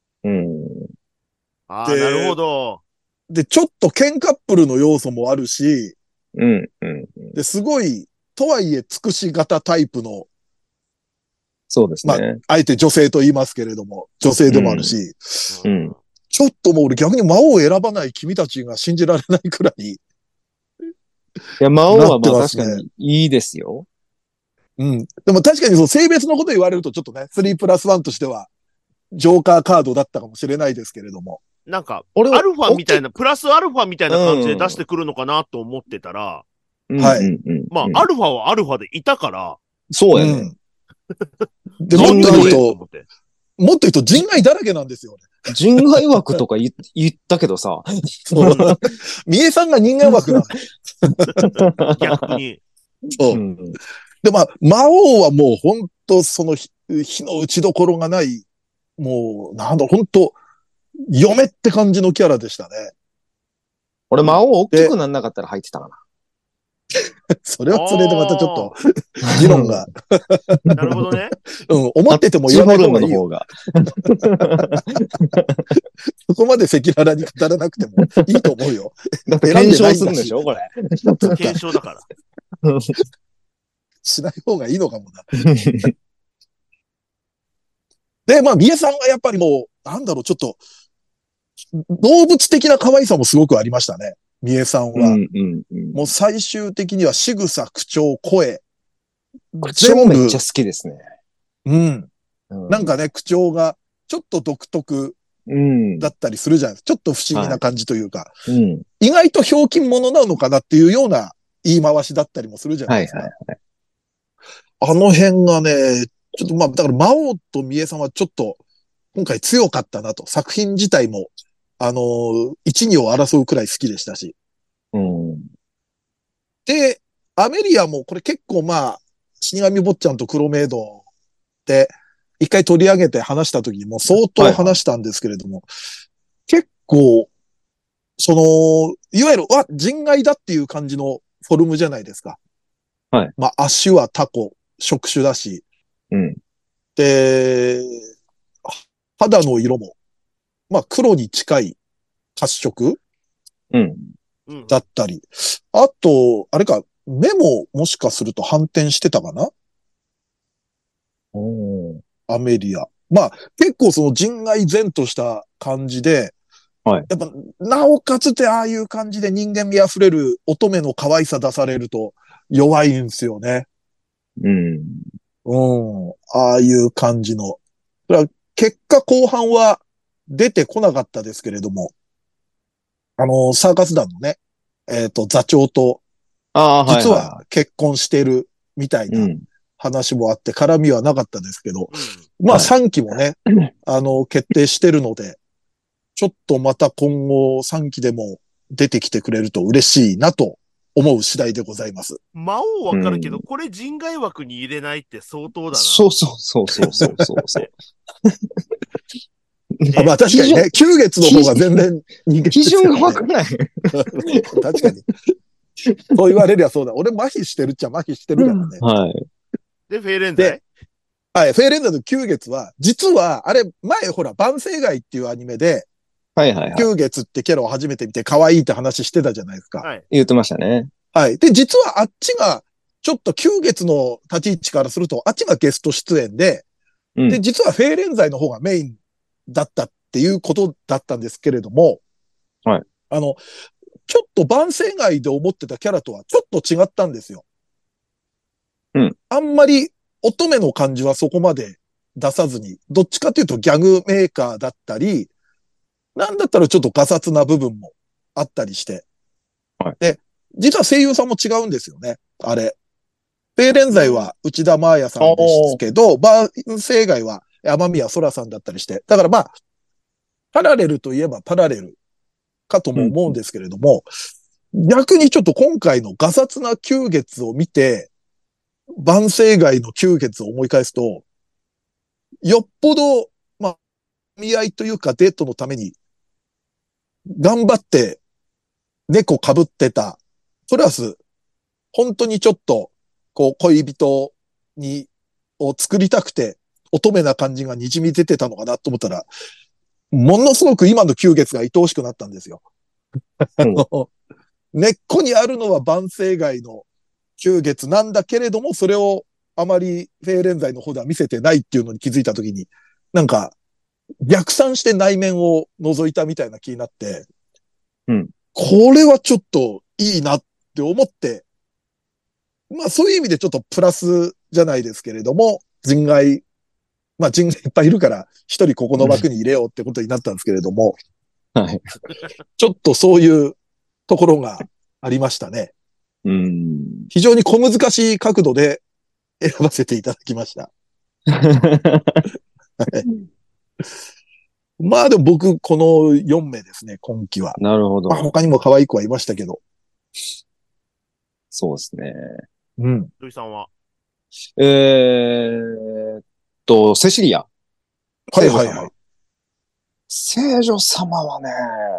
ああ、なるほど。 で、ちょっとケンカップルの要素もあるし、で、すごい、とはいえ尽くし型タイプの、 そうですね。 まあ、あえて女性と言いますけれども、女性でもあるし、ちょっともう俺逆に魔王を選ばない君たちが信じられないくらい。いや、魔王はまあ確かにいいですよ。 でも確かにそう、性別のこと言われるとちょっとね、3+1としては、ジョーカーカードだったかもしれないですけれども。 なんか、アルファみたいな、プラスアルファみたいな感じで出してくるのかなと思ってたら、 はい。 まあ、アルファはアルファでいたから、 そうやね。 で、もっと言うと、人外だらけなんですよ。 人外枠とか言ったけどさ。 そう。三重さんが人間枠なの。逆に。 そう。で、まあ、魔王はもう本当その火の打ちどころがない、もう、なんだ、本当嫁って感じのキャラでしたね。 俺、魔王大きくなんなかったら入ってたかな。 それはそれでまたちょっと、議論が。 なるほどね。 思ってても言わない方がいいよ。そこまで赤裸々に語らなくてもいいと思うよ。 だって検証するんでしょこれ。 検証だから。 しない方がいいのかもな。で、まあ、三重さんがやっぱりもう、なんだろう、ちょっと、動物的な可愛さもすごくありましたね。三重さんは。もう最終的には仕草、口調、声。 口調めっちゃ好きですね。 なんかね、口調がちょっと独特だったりするじゃないですか。ちょっと不思議な感じというか。意外とひょうきん者なのかなっていうような言い回しだったりもするじゃないですか。あの辺がね、ちょっとまあ、だから魔王と三重さんはちょっと今回強かったなと。作品自体も、一、二を争うくらい好きでしたし。で、アメリアもこれ結構まあ、死神坊ちゃんと黒メイドで、一回取り上げて話した時にも相当話したんですけれども、結構、いわゆる、人外だっていう感じのフォルムじゃないですか。まあ、足はタコ、触手だし。で、肌の色も、まあ、黒に近い褐色だったり。あと、あれか、目ももしかすると反転してたかなアメリア。まあ、結構その人外然とした感じで、やっぱ、なおかつってああいう感じで人間味あふれる乙女の可愛さ出されると弱いんですよね。ああいう感じの。結果後半は出てこなかったですけれども、サーカス団のね、座長と、実は結婚してるみたいな話もあって絡みはなかったですけど、まあ3期もね、決定してるので、ちょっとまた今後3期でも出てきてくれると嬉しいなと思う次第でございます。 魔王わかるけど、これ人外枠に入れないって相当だな。 そう。 まあ確かにね、9月の方が全然人間、 基準がわからない。 確かに。そう言われりゃそうだ。俺麻痺してるっちゃ麻痺してるからね。 で、フェーレンザイはい、フェーレンザイの9月は、実は、あれ、前ほら、万世街っていうアニメで、9月ってキャラを初めて見て可愛いって話してたじゃないですか。 言ってましたね。 はい。で、実はあっちが、ちょっと9月の立ち位置からすると、あっちがゲスト出演で、で、実はフェーレンザイの方がメインだったっていうことだったんですけれども、ちょっと万世街で思ってたキャラとはちょっと違ったんですよ。あんまり乙女の感じはそこまで出さずに、どっちかというとギャグメーカーだったり、なんだったらちょっとガサツな部分もあったりして。で、実は声優さんも違うんですよね。あれ。フェーレンザイは内田真彩さんですけど、万世街は山宮空さんだったりして。だからまあ、 パラレルといえばパラレルかとも思うんですけれども、逆にちょっと今回のガサツな九月を見て、万世街の九月を思い返すと、よっぽど、まあ、見合いというかデートのために、頑張って猫被ってた、プラス、本当にちょっと、こう、恋人を作りたくて、乙女な感じが滲み出てたのかなと思ったら、ものすごく今の九月が愛おしくなったんですよ。根っこにあるのは万世街の九月なんだけれども、それをあまりフェーレンザイの方では見せてないっていうのに気づいたときに、なんか逆算して内面を覗いたみたいな気になって、これはちょっといいなって思って、まあそういう意味でちょっとプラスじゃないですけれども、人外いっぱいいるから一人ここの枠に入れようってことになったんですけれども、はい。ちょっとそういうところがありましたね。非常に小難しい角度で選ばせていただきました。まあでも僕、この4名ですね、今期は。 なるほど。 まあ他にも可愛い子はいましたけど。 そうですね。 土井さんはセシリア。 はいはいはい。 聖女様はね、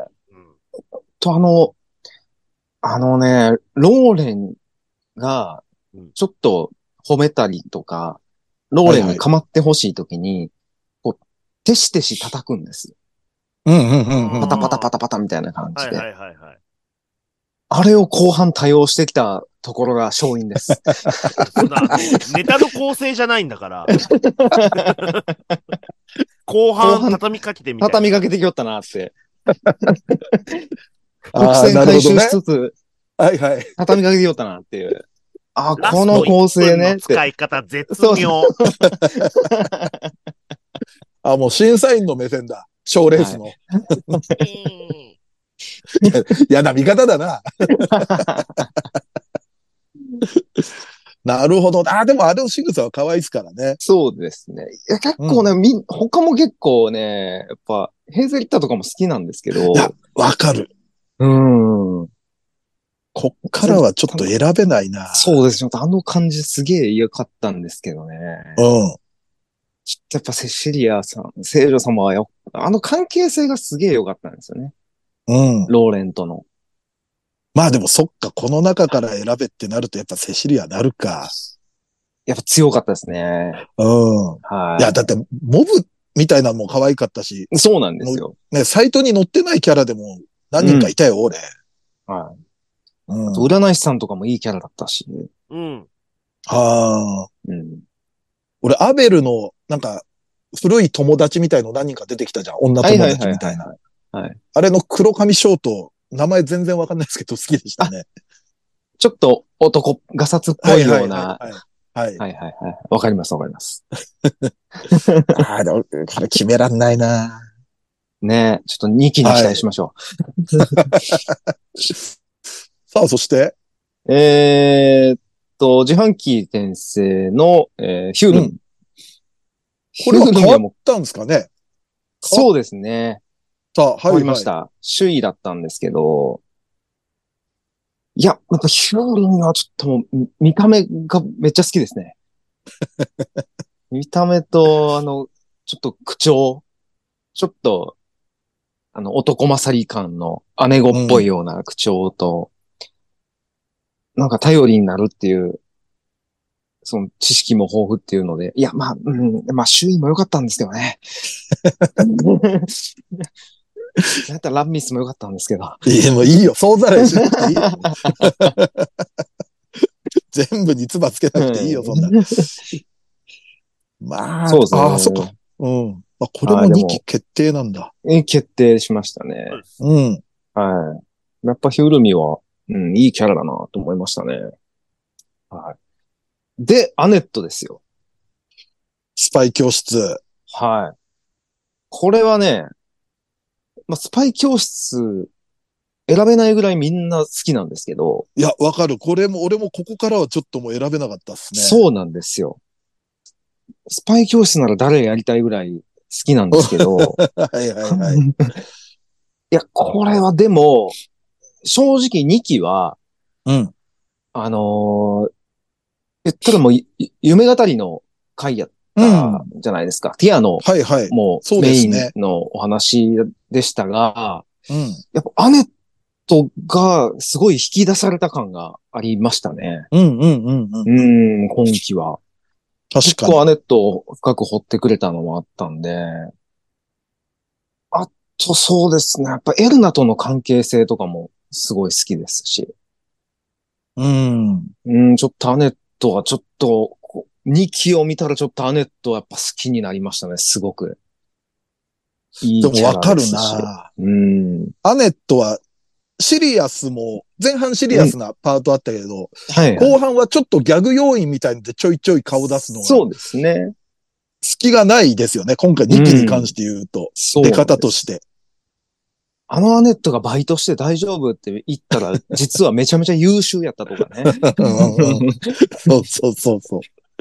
ローレンが、ちょっと褒めたりとか、ローレンに構ってほしいときに、こう、テシテシ叩くんですよ。パタパタパタパタみたいな感じで。あれを後半多用してきたところが勝因です。 ネタの構成じゃないんだから。後半畳みかけてみたいな。 畳みかけてきよったなって。伏線回収しつつ、 はいはい。 畳みかけてきよったなっていう。あ、この構成ね。 使い方絶妙。 あ、もう審査員の目線だ。賞レースの。嫌な見方だな。なるほど。でもあれの仕草は可愛いですからね。 そうですね。いや、結構ね、他も結構ね、やっぱ、ヘーゼリッタとかも好きなんですけど。いや、 わかる。こっからはちょっと選べないな。 そうですよ。あの感じすげえ良かったんですけどね。ちょっとやっぱセシリアさん、聖女様はあの関係性がすげえ良かったんですよね。ローレンとの。 まあでもそっか、この中から選べってなるとやっぱセシリアなるか。 やっぱ強かったですね。 はい。いや、だって、モブみたいなのも可愛かったし。 そうなんですよ。 ね、サイトに載ってないキャラでも何人かいたよ、俺。 はい。占い師さんとかもいいキャラだったし。 俺、アベルの、なんか、古い友達みたいの何人か出てきたじゃん。女友達みたいな。あれの黒髪ショート、名前全然わかんないですけど好きでしたね。 ちょっと男、ガサツっぽいような。はいはいはい。わかりますわかります。 でも、これ決めらんないな。 ねえ、ちょっと2期に期待しましょう。さあ、そして。 自販機転生の、ヒュールン。 これは変わったんですかね。 そうですね。変わりました。首位だったんですけど、いや、なんかヒュールンはちょっともう、見た目がめっちゃ好きですね。見た目と、ちょっと口調、ちょっと、男勝り感の姉子っぽいような口調と、なんか頼りになるっていう、その知識も豊富っていうので、いや、まあ、周囲も良かったんですけどね。なんかランミスも良かったんですけど。 もういいよ。総ざらいしなくていいよ。全部に唾つけなくていいよ、そんな。まあ、 そうですね。 そっか。これも2期決定なんだ。 決定しましたね。はい。やっぱヒュールミは、いいキャラだなと思いましたね。はい。で、アネットですよ。 スパイ教室。 はい。これはね、スパイ教室選べないぐらいみんな好きなんですけど。 いや、わかる。俺もここからはちょっともう選べなかったっすね。 そうなんですよ。スパイ教室なら誰やりたいぐらい好きなんですけど。 はいはいはい。いや、これはでも、正直2期は、 うん。 言ったらもう、夢語りの回やったじゃないですか。ティアの、 はいはい。 もうメインのお話でしたが、 うん。 やっぱアネットがすごい引き出された感がありましたね。 うんうんうんうん。 今期は。 確かに。 結構アネットを深く掘ってくれたのもあったんで、あとそうですね。やっぱエルナとの関係性とかもすごい好きですし。 うん。 ちょっとアネットはちょっと、2期を見たらちょっとアネットはやっぱ好きになりましたね、すごく。いいキャラですし。 でもわかるなアネットはシリアスも、前半シリアスなパートあったけど、はいはい、後半はちょっとギャグ要因みたいでちょいちょい顔出すのが。 そうですね。 隙がないですよね。今回2期に関して言うと。出方として。 アネットがバイトして大丈夫って言ったら、実はめちゃめちゃ優秀やったとかね。 そうそうそうそう。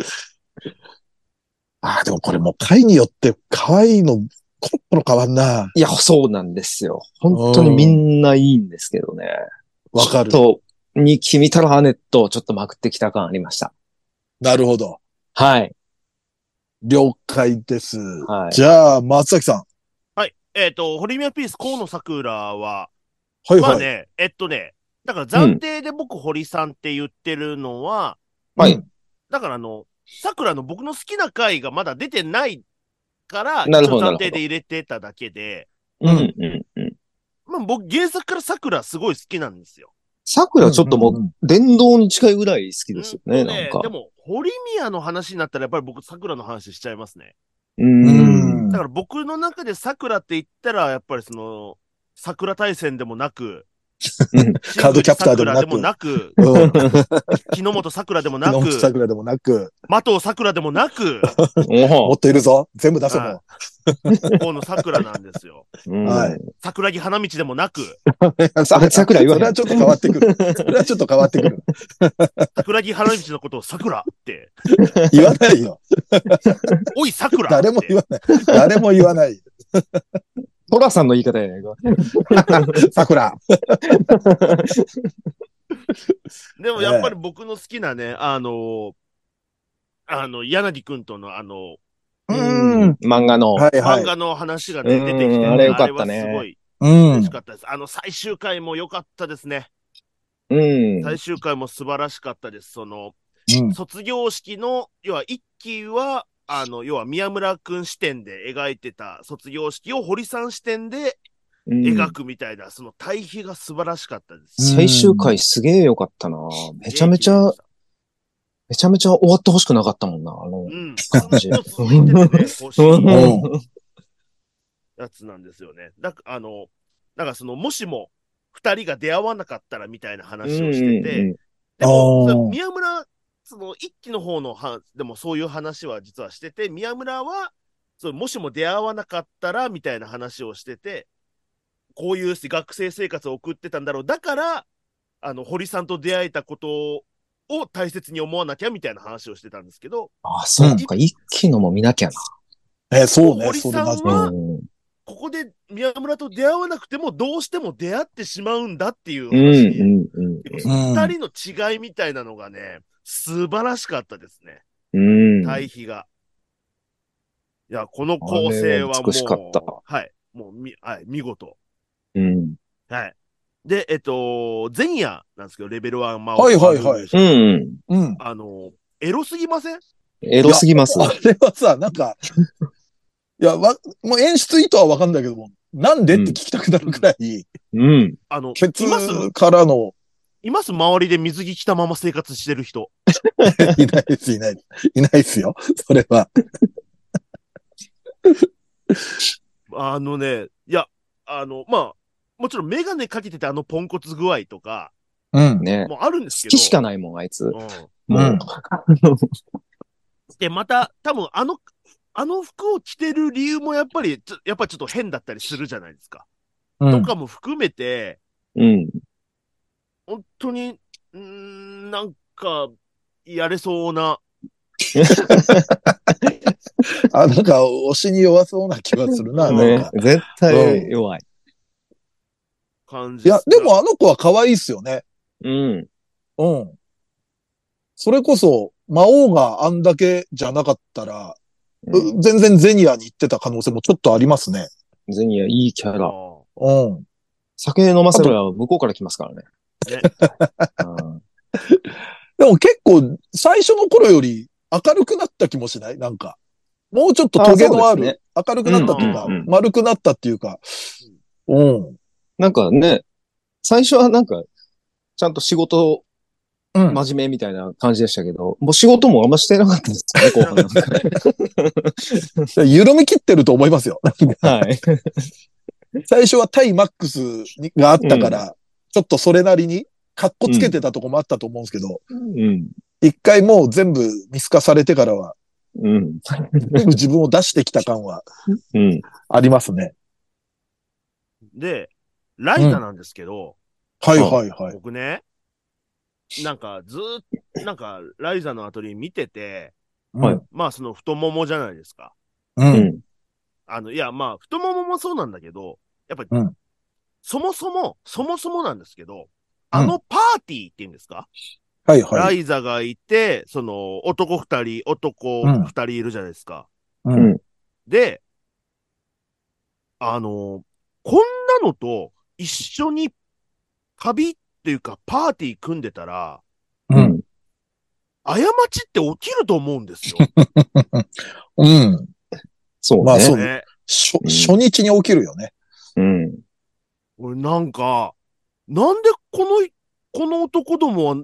でもこれもう回によって可愛いの、コロコロ変わんな。 いや、そうなんですよ。本当にみんないいんですけどね。 わかる。 と、2期見たらアネットをちょっとまくってきた感ありました。 なるほど。 はい。 了解です。 はい。 じゃあ、松崎さん。 はい。ホリミアピース河野桜は、 はいはい。 まあね、だから暫定で僕、堀さんって言ってるのは、 はい。 だから桜の僕の好きな回がまだ出てないから、 なるほど。 暫定で入れてただけで、 まあ僕、原作から桜すごい好きなんですよ。 桜ちょっともう、電動に近いぐらい好きですよね、なんか。 でも、堀宮の話になったらやっぱり僕、桜の話しちゃいますね。だから僕の中で桜って言ったら、やっぱり桜大戦でもなく、 カードキャプターでもなく、 木之本桜でもなく、 木之本桜でもなく、 的尾桜でもなく、 もっといるぞ。全部出せも河野桜なんですよ。 はい。 桜木花道でもなく。 桜言わない。 それはちょっと変わってくる。それはちょっと変わってくる。 桜木花道のことを桜って言わないよ。 おい桜誰も言わない。誰も言わない。 トラさんの言い方やないか。 桜。 でもやっぱり僕の好きなね、柳くんとの漫画の。 漫画の話がね、出てきて、 あれよかったね。 あれはすごい嬉しかったです。最終回も良かったですね。最終回も素晴らしかったです。卒業式の、要は一期は、要は宮村くん視点で描いてた卒業式を堀さん視点で描くみたいな、その対比が素晴らしかったです。 最終回すげえ良かったな。めちゃめちゃ終わってほしくなかったもんな、感じ。 ずっと続いててね、欲しいやつなんですよね。もしも二人が出会わなかったらみたいな話をしてて、でも、宮村、一期の方のでもそういう話は実はしてて、宮村は、もしも出会わなかったらみたいな話をしてて、こういう学生生活を送ってたんだろう。だから、堀さんと出会えたことを大切に思わなきゃみたいな話をしてたんですけど。 そうか、一期のも見なきゃな。 そうね。 堀さんは、ここで宮村と出会わなくてもどうしても出会ってしまうんだっていう話に、二人の違いみたいなのがね、素晴らしかったですね。対比が。いや、この構成はもう、 美しかった。 はい、もう見事。はい。で、前夜なんですけど、レベル1魔王。 はいはいはい。 エロすぎません？ エロすぎます。 あれはさ、なんか、いや、もう演出意図はわかんないけども、なんでって聞きたくなるくらい、ケツからの。 います周りで水着着たまま生活してる人。 いないです、いないですよ。それは。 いや、まあ、もちろんメガネかけててポンコツ具合とか、 ね。 もうあるんですけど。 好きしかないもん、あいつ。 で、また、多分あの服を着てる理由もやっぱりちょっと変だったりするじゃないですか。とかも含めて、本当に、なんか、やれそうな。 なんか、推しに弱そうな気がするな、なんか。 絶対弱い。 感じ。 いや、でもあの子は可愛いっすよね。 うん。 うん。それこそ、魔王があんだけじゃなかったら、全然ゼニアに行ってた可能性もちょっとありますね。 ゼニアいいキャラ。 うん。 酒飲ませれば向こうから来ますからね。 でも結構、最初の頃より明るくなった気もしないなんか。もうちょっとトゲのある、明るくなったっていうか、丸くなったっていうか。うん。 なんかね、最初はなんか、ちゃんと仕事、真面目みたいな感じでしたけど、もう仕事もあんましてなかったですね、後半なんか。 緩み切ってると思いますよ。 はい。 最初は対マックスがあったから、ちょっとそれなりに、カッコつけてたとこもあったと思うんですけど、一回もう全部見透かされてからは、自分を出してきた感は、ありますね。 で、ライザなんですけど、 はいはいはい。 僕ね、なんかなんか、ライザのアトリエ見てて、まあその太ももじゃないですか。いやまあ太もももそうなんだけど、やっぱり、そもそもなんですけど、パーティーって言うんですか？ はいはい。 ライザがいて、その男二人いるじゃないですか。で、こんなのと一緒に旅っていうかパーティー組んでたら、過ちって起きると思うんですよ。 そうね。 まあそうね。初日に起きるよね。 俺なんか、なんでこの男どもは、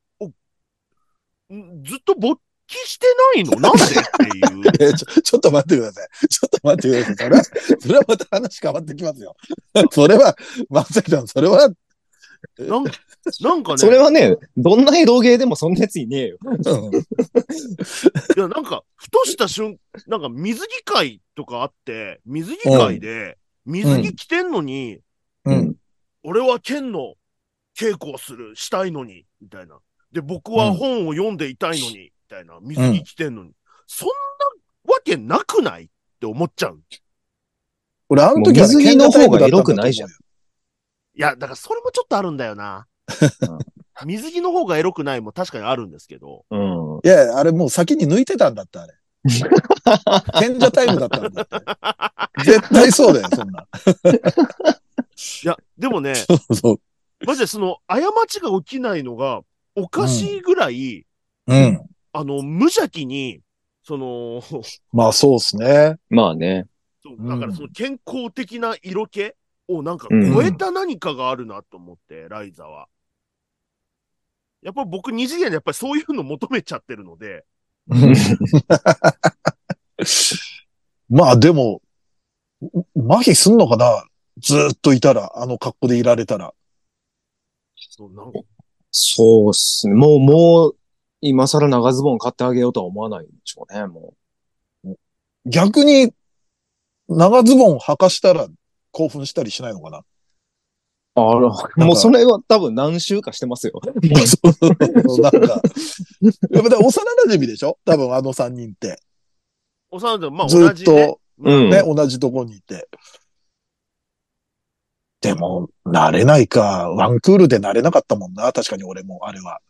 ずっと勃起してないのなんでっていう。 ちょっと待ってください。ちょっと待ってください。それはまた話変わってきますよ。それは、まさきさん、それは、 なんかね。 それはね、どんなエロゲーでもそんなやついねえよ。 いや、なんか、ふとしたなんか水着会とかあって、水着会で、水着着てんのに、俺は剣の稽古をしたいのに、みたいな。で、僕は本を読んでいたいのに、みたいな。水着着てんのに。そんなわけなくないって思っちゃう。 俺、あの時は、 水着の方がエロくないじゃん。 いや、だからそれもちょっとあるんだよな。水着の方がエロくないも確かにあるんですけど。 いや、あれもう先に抜いてたんだった、あれ。賢者タイムだったんだって。絶対そうだよ、そんな。 いや、でもね、マジでその、過ちが起きないのがおかしいぐらい、無邪気に、 まあそうっすね。 まあね。 だからその健康的な色気をなんか超えた何かがあるなと思って、ライザは。やっぱ僕二次元でやっぱりそういうの求めちゃってるので。 まあでも、麻痺すんのかなずーっといたら、あの格好でいられたら。 そうっすね。もう、今更長ズボン買ってあげようとは思わないんでしょうね、もう。逆に、長ズボン履かしたら興奮したりしないのかなもうそれは多分何週かしてますよ。 なんか、やっぱ幼馴染でしょ多分あの3人って。 幼馴染、まあずっと、ね、同じとこにいて。でも、慣れないか。ワンクールで慣れなかったもんな。確かに俺も、あれは。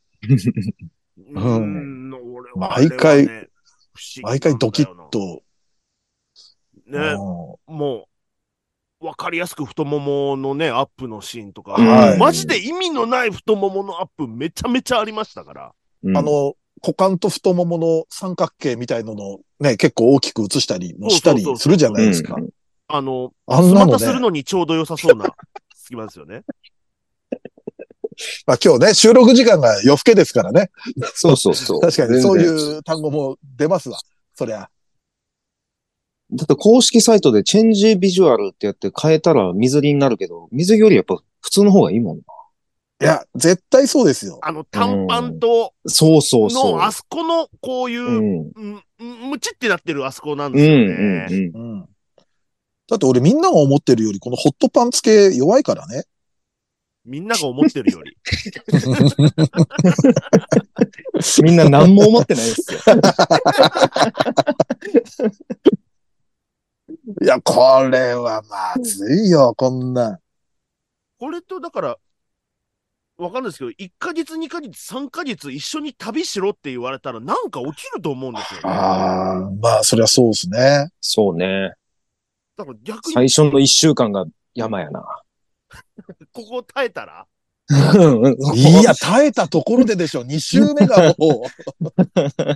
毎回ドキッと。 ね、もう、わかりやすく太もものね、アップのシーンとか、マジで意味のない太もものアップめちゃめちゃありましたから。 股間と太ももの三角形みたいののね、結構大きく映したりもしたりするじゃないですか。 あんなのね。するのにちょうど良さそうな隙間ですよね。 まあ今日ね、収録時間が夜更けですからね。 そうそうそう。 確かにそういう単語も出ますわ。そりゃ。 だって公式サイトでチェンジビジュアルってやって変えたら水着になるけど、水着よりやっぱ普通の方がいいもんな。 いや、絶対そうですよ。 短パンと、 そうそうそう。 の、あそこの、こういう、ムチってなってるあそこなんですよね。 だって俺みんなが思ってるより、このホットパンツ系弱いからね。 みんなが思ってるより。 みんな何も思ってないですよ。 いや、これはまずいよ、こんな。 これと、だから、わかんないですけど、1ヶ月、2ヶ月、3ヶ月一緒に旅しろって言われたらなんか起きると思うんですよね。 ああ、まあ、そりゃそうですね。 そうね。 だから逆に。 最初の1週間が山やな。 ここ耐えたらいや、耐えたところででしょ。2週目がもう。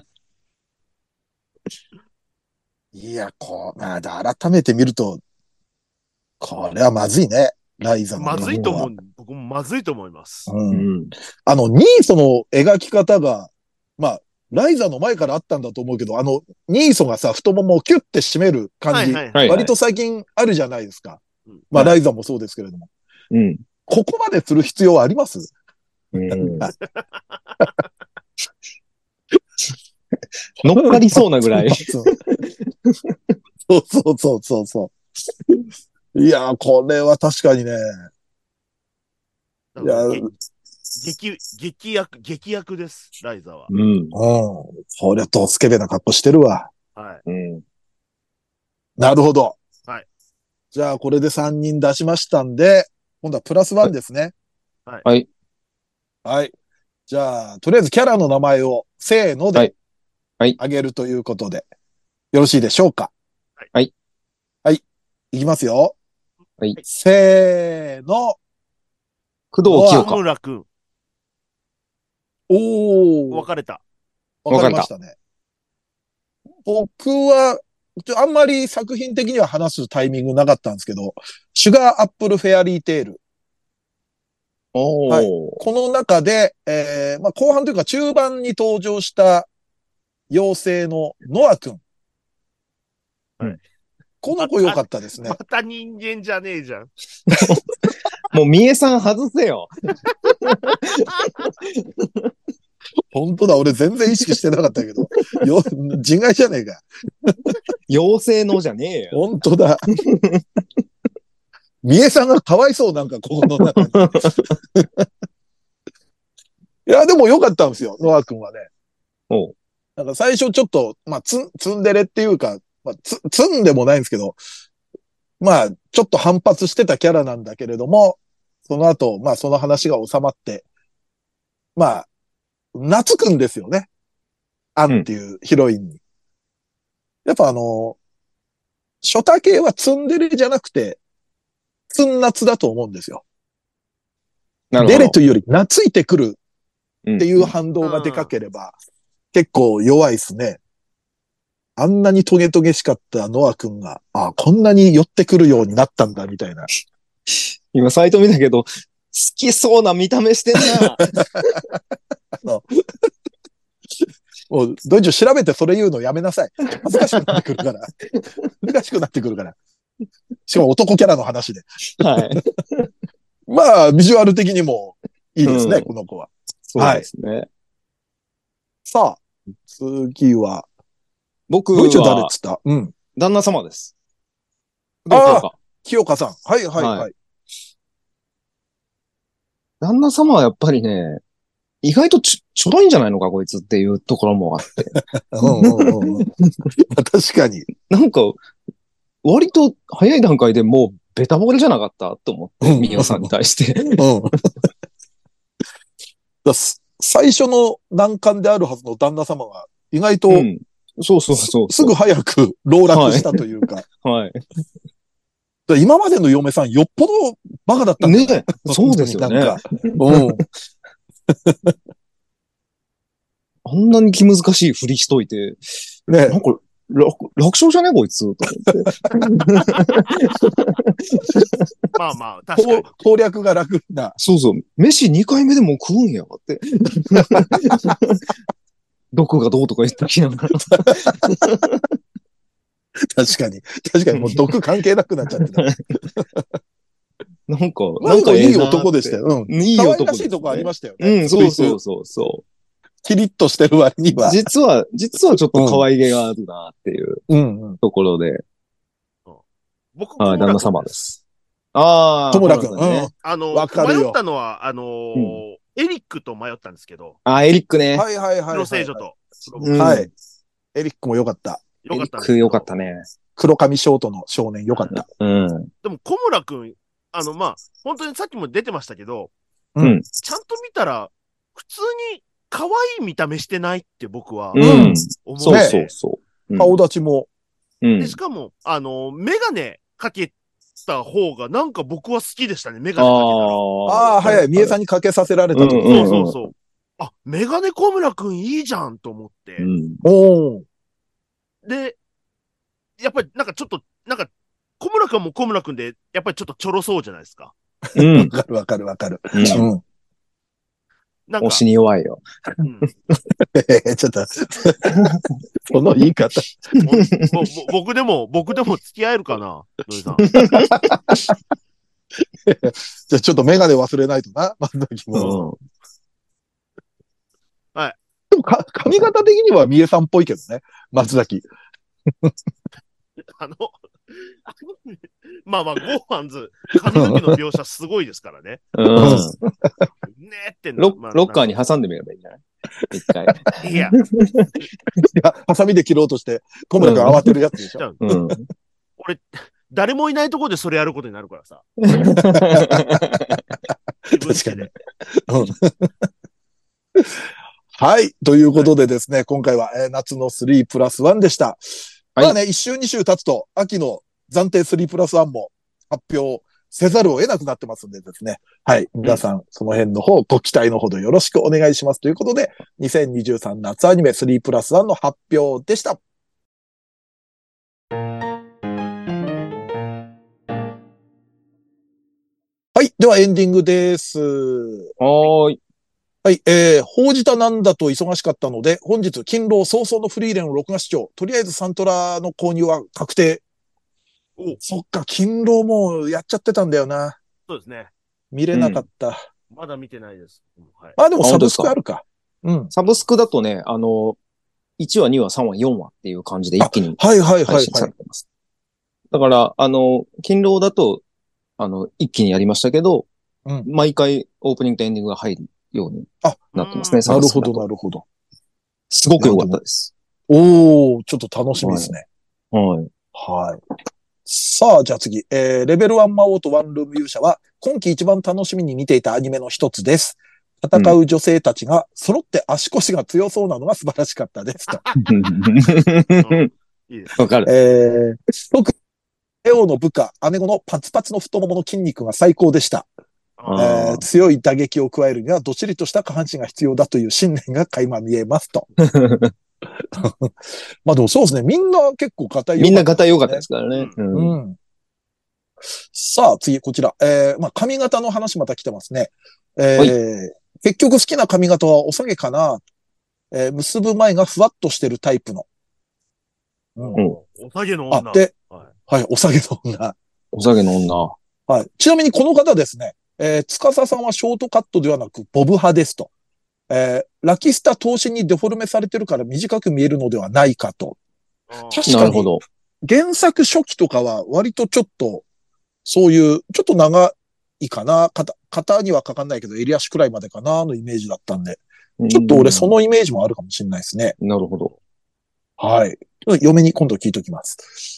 いや、まあ、改めて見ると、これはまずいね。ライザのまずいと思う。僕もまずいと思います。 うん。ニーソの描き方が、まあ、ライザの前からあったんだと思うけど、ニーソがさ、太ももをキュッて締める感じ、割と最近あるじゃないですか。まあ、ライザもそうですけれども。 うん。 ここまでする必要はあります乗っかりそうなぐらい。 そうそう。いや、これは確かにね。 いや、劇薬です、ライザは。 うん。こりゃドスケベな格好してるわ。 はい。 なるほど。 はい。 じゃあ、これで3人出しましたんで、今度はプラス1ですね。 はい。 はい。じゃあ、とりあえずキャラの名前をせーので、あげるということで、よろしいでしょうか。 はい。 はい。いきますよ。 はい。 せーの。 工藤清香。 村くん。 おー。 分かれた。 分かれましたね。僕は、あんまり作品的には話すタイミングなかったんですけど、シュガーアップルフェアリーテール。はい。この中で、まあ、後半というか中盤に登場した妖精のノア君。 はい。 この子良かったですね。 また人間じゃねえじゃん。 もう三重さん外せよ。 本当だ、俺全然意識してなかったけど。人外じゃねえか。 妖精のじゃねえよ。 本当だ。三重さんがかわいそう、なんか、ここの中に。いや、でも良かったんですよ、ノア君はね。なんか最初ちょっと、まあ、ツンデレっていうか、まあ、ツンでもないんですけど、まあ、ちょっと反発してたキャラなんだけれども、その後、まあ、その話が収まって、まあ、懐くんですよね。アンっていうヒロインに。やっぱ初太系はツンデレじゃなくて、ツンナツだと思うんですよ。デレというより懐いてくるっていう反動がでかければ、結構弱いですね。あんなにトゲトゲしかったノア君が、こんなに寄ってくるようになったんだ、みたいな。 今サイト見たけど、好きそうな見た目してんな。 もう、どいちょ調べてそれ言うのやめなさい。恥ずかしくなってくるから。恥ずかしくなってくるから。しかも男キャラの話で。 はい。 まあ、ビジュアル的にもいいですね、この子は。 そうですね。はい、 さあ、次は。 僕は、 どいちょ誰っつった？ 旦那様です。 清香さん。はい。 旦那様はやっぱりね、意外とちょろいんじゃないのか、こいつっていうところもあって。 確かに。 なんか、割と早い段階でもうベタボレじゃなかったと思って、ミオさんに対して。 最初の難関であるはずの旦那様が、意外と、 そうすぐ早く籠絡したというか。 はい。 今までの嫁さん、よっぽどバカだったんだね。そうですよね。あんなに気難しいふりしといて、ね、なんか楽勝じゃねこいつと思って。 まあまあ、確かに。 攻略が楽な。 そう。飯2回目でも食うんやって。毒がどうとか言ったきながら。 確かにもう毒関係なくなっちゃってた。 なんかいい男でしたよ。いい男。可愛らしいとこありましたよね。 そう。 キリッとしてる割には。 実はちょっと可愛げがあるなっていうところで。 僕、 旦那様です。 ともらくん。 迷ったのは、エリックと迷ったんですけど。 エリックね。 はい。 広聖女と。 はい。エリックも良かった。 エリック良かったね。 黒髪ショートの少年よかった。 うん。 でも小村くん、まあ、本当にさっきも出てましたけど、 うん。 ちゃんと見たら、普通に可愛い見た目してないって僕はうん。 思う。 そうそうそう。 顔立ちも。 で、しかも、メガネかけた方がなんか僕は好きでしたね、メガネかけたら。 ああ、はい、三重さんにかけさせられたと。 そうそうそう。あ、メガネ小村くんいいじゃんと思って。 おー。 で、やっぱりなんかちょっと、なんか、小村くんも小村くんで、やっぱりちょっとちょろそうじゃないですか。 わかる。 なんか。推しに弱いよ。 ちょっと、その言い方。 僕でも付き合えるかな、土井さん。 じゃあちょっとメガネ忘れないとな、松崎も。 はい。 でも髪型的には三重さんっぽいけどね、松崎。 まあ、ゴーハンズ、髪の毛の描写すごいですからね。ねえってロッカーに挟んでみればいいんじゃない一回。 いや、 ハサミで切ろうとして、小村君慌てるやつでしょ。 俺、誰もいないところでそれやることになるからさ。 確かに。はい。ということでですね、今回は、夏の3+1でした。まあね、1週2週経つと、秋の暫定3+1も発表せざるを得なくなってますんでですね。はい。皆さん、その辺の方、ご期待のほどよろしくお願いします。ということで、2023夏アニメ3+1の発表でした。はい。では、エンディングです。 はい。 はい。報じたなんだと忙しかったので、本日、勤労早々のフリーレンを録画視聴。とりあえずサントラの購入は確定。そっか、勤労もうやっちゃってたんだよな。 そうですね。 見れなかった。 まだ見てないです。 はい、まあでもサブスクあるか。 サブスクだとね、1話、2話、3話、4話っていう感じで一気に配信されてます。だから、勤労だと、一気にやりましたけど、毎回オープニングとエンディングが入るようになってますね。 なるほど、なるほど。 すごく良かったです。 おー、ちょっと楽しみですね。 はい。 さあ、じゃあ次。レベル1魔王とワンルーム勇者は、今季一番楽しみに見ていたアニメの一つです。戦う女性たちが揃って足腰が強そうなのが素晴らしかったですと。 わかる。 特にエオの部下、姉子のパツパツの太ももの筋肉が最高でした。強い打撃を加えるにはどっしりとした下半身が必要だという信念が垣間見えますと。まあでもそうですね。みんな結構硬い、 みんな硬い良かったですからね。 さあ次こちら。まあ髪型の話また来てますね。結局好きな髪型はお下げかな。結ぶ前がふわっとしてるタイプの。 お下げの女。 で、はい、お下げの女。 お下げの女。 はい。ちなみにこの方ですね。司さんはショートカットではなくボブ派ですと。ラキスタ投資にデフォルメされてるから短く見えるのではないかと。確かに、原作初期とかは割とちょっと、そういう、ちょっと長いかな、肩にはかかんないけど、襟足くらいまでかな、のイメージだったんで、ちょっと俺そのイメージもあるかもしれないですね。 なるほど。 はい。嫁に今度聞いときます。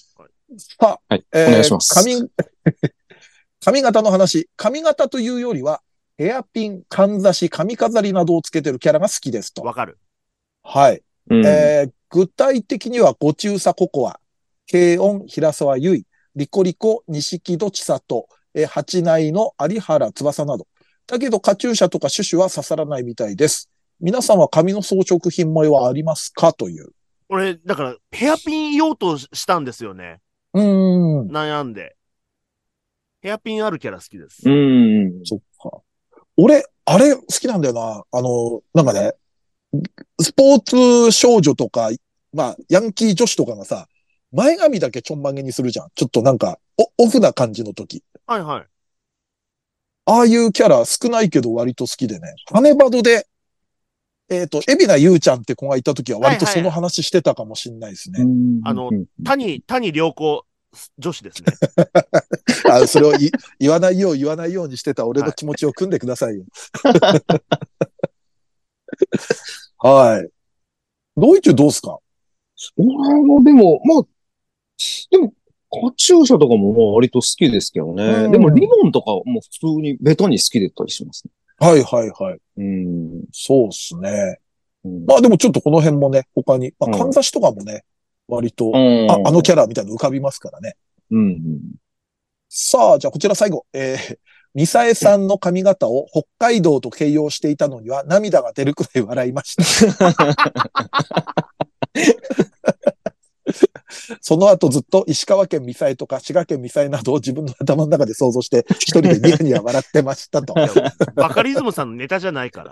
さあ、 お願いします。 髪型の話。髪型というよりは、ヘアピン、かんざし、髪飾りなどをつけてるキャラが好きですと。 わかる。 はい。具体的には、ごちうさココア、軽音、平沢ゆい、リコリコ、錦戸千里、八内の有原翼など。だけど、カチューシャとかシュシュは刺さらないみたいです。皆さんは髪の装飾品萌えはありますかという。 俺、だから、ヘアピン用としたんですよね。悩んで。ヘアピンあるキャラ好きです。 そっか。俺、あれ好きなんだよな。なんかね、スポーツ少女とか、まあ、ヤンキー女子とかがさ、前髪だけちょんまげにするじゃん。ちょっとなんか、オフな感じの時。 はいはい。 ああいうキャラ少ないけど割と好きでね。羽バドで、海老名優ちゃんって子がいた時は割とその話してたかもしんないですね。 谷良子女子ですね。 それを言わないようにしてた俺の気持ちを組んでくださいよ。はい。ドイツどうすか？ でも、もう、 でも、カチューシャとかももう割と好きですけどね。でもリボンとかも普通にベタに好きだったりしますね。 はいはいはい。そうっすね。まあでもちょっとこの辺もね、他に、まあ、かんざしとかもね、割と、あのキャラみたいなの浮かびますからね。さあ、じゃあこちら最後。ミサエさんの髪型を北海道と形容していたのには涙が出るくらい笑いました。その後ずっと石川県ミサエとか滋賀県ミサエなどを自分の頭の中で想像して一人でニヤニヤ笑ってましたと。 バカリズムさんのネタじゃないから。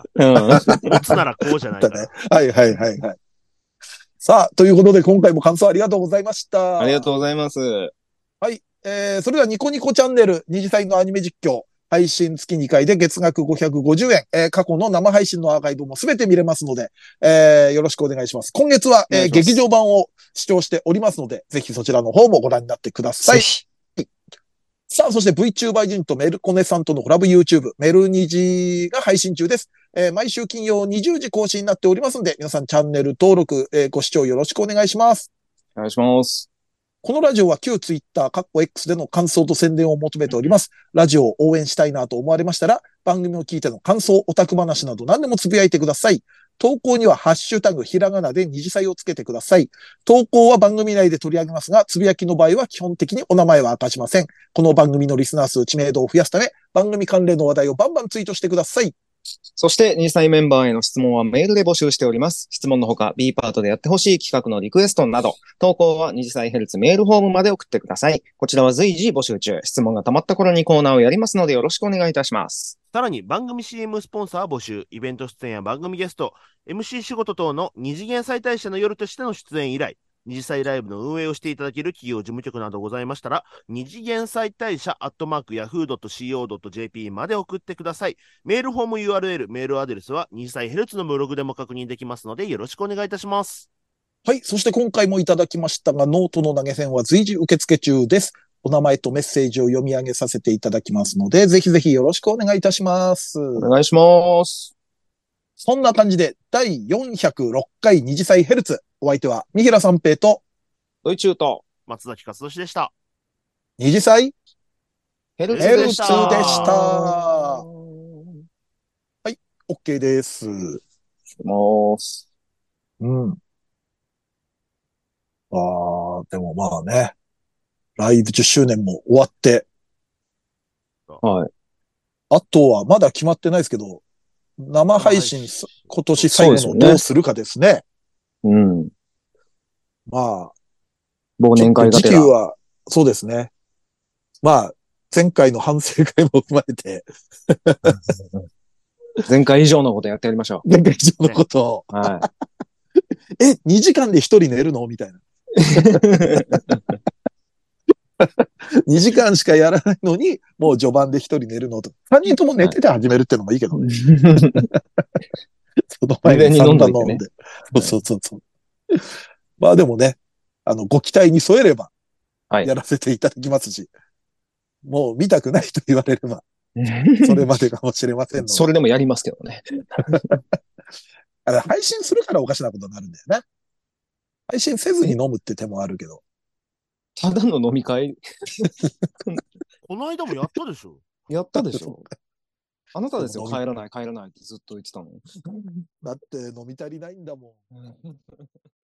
持つならこうじゃないから。 はいはいはいはい。さあ、ということで今回も感想ありがとうございました。 ありがとうございます。 はい。それではニコニコチャンネル二次祭のアニメ実況。配信月2回で月額550円。過去の生配信のアーカイブもすべて見れますので、よろしくお願いします。今月は、劇場版を視聴しておりますので、ぜひそちらの方もご覧になってください。さあ、そして VTuber 人とメルコネさんとのコラボ YouTube、メルニジが配信中です。毎週金曜20時更新になっておりますので、皆さんチャンネル登録、ご視聴よろしくお願いします。 お願いします。 このラジオは旧ツイッター、X での感想と宣伝を求めております。ラジオを応援したいなと思われましたら、番組を聞いての感想、オタク話など何でもつぶやいてください。投稿にはハッシュタグひらがなで二次祭をつけてください。投稿は番組内で取り上げますが、つぶやきの場合は基本的にお名前は明かしません。この番組のリスナー数、知名度を増やすため、番組関連の話題をバンバンツイートしてください。 そして、2歳メンバーへの質問はメールで募集しております。質問のほか、B パートでやってほしい企画のリクエストなど、投稿は2歳ヘルツメールフォームまで送ってください。こちらは随時募集中。質問が溜まった頃にコーナーをやりますのでよろしくお願いいたします。 さらに番組 CM スポンサー募集、イベント出演や番組ゲスト、MC 仕事等の二次元再大社の夜としての出演以来、二次祭ライブの運営をしていただける企業事務局などございましたら、二次元再大社@yahoo.co.jp まで送ってください。メールフォーム URL、メールアドレスは二次祭ヘルツのブログでも確認できますので、よろしくお願いいたします。 はい。そして今回もいただきましたが、ノートの投げ銭は随時受付中です。お名前とメッセージを読み上げさせていただきますので、ぜひぜひよろしくお願いいたします。 お願いします。 そんな感じで、第406回二次祭ヘルツ。お相手は、三平三平と、 ドイチューと、 松崎勝利でした。 二次祭ヘルツでした。 はい、OK です。 ます。 うん。でもまあね、ライブ10周年も終わって、 はい。 あとはまだ決まってないですけど、生配信、今年最後のどうするかですね。 うん。 まあ、 忘年会がてら。 時期は、そうですね。まあ、前回の反省会も踏まえて。 前回以上のことやってやりましょう。 前回以上のことを。 はい。 2時間で1人寝るのみたいな。2時間しかやらないのに、もう序盤で1人寝るのと。3人とも寝てて始めるってのもいいけどね。その前に3番飲んで。そうそうそう。まあでもね、ご期待に添えれば、やらせていただきますし、もう見たくないと言われれば、それまでかもしれませんので。 それでもやりますけどね。 配信するからおかしなことになるんだよね。配信せずに飲むって手もあるけど。 ただの飲み会この間もやったでしょ。 やったでしょ。あなたですよ、帰らないってずっと言ってたの。 だって飲み足りないんだもん。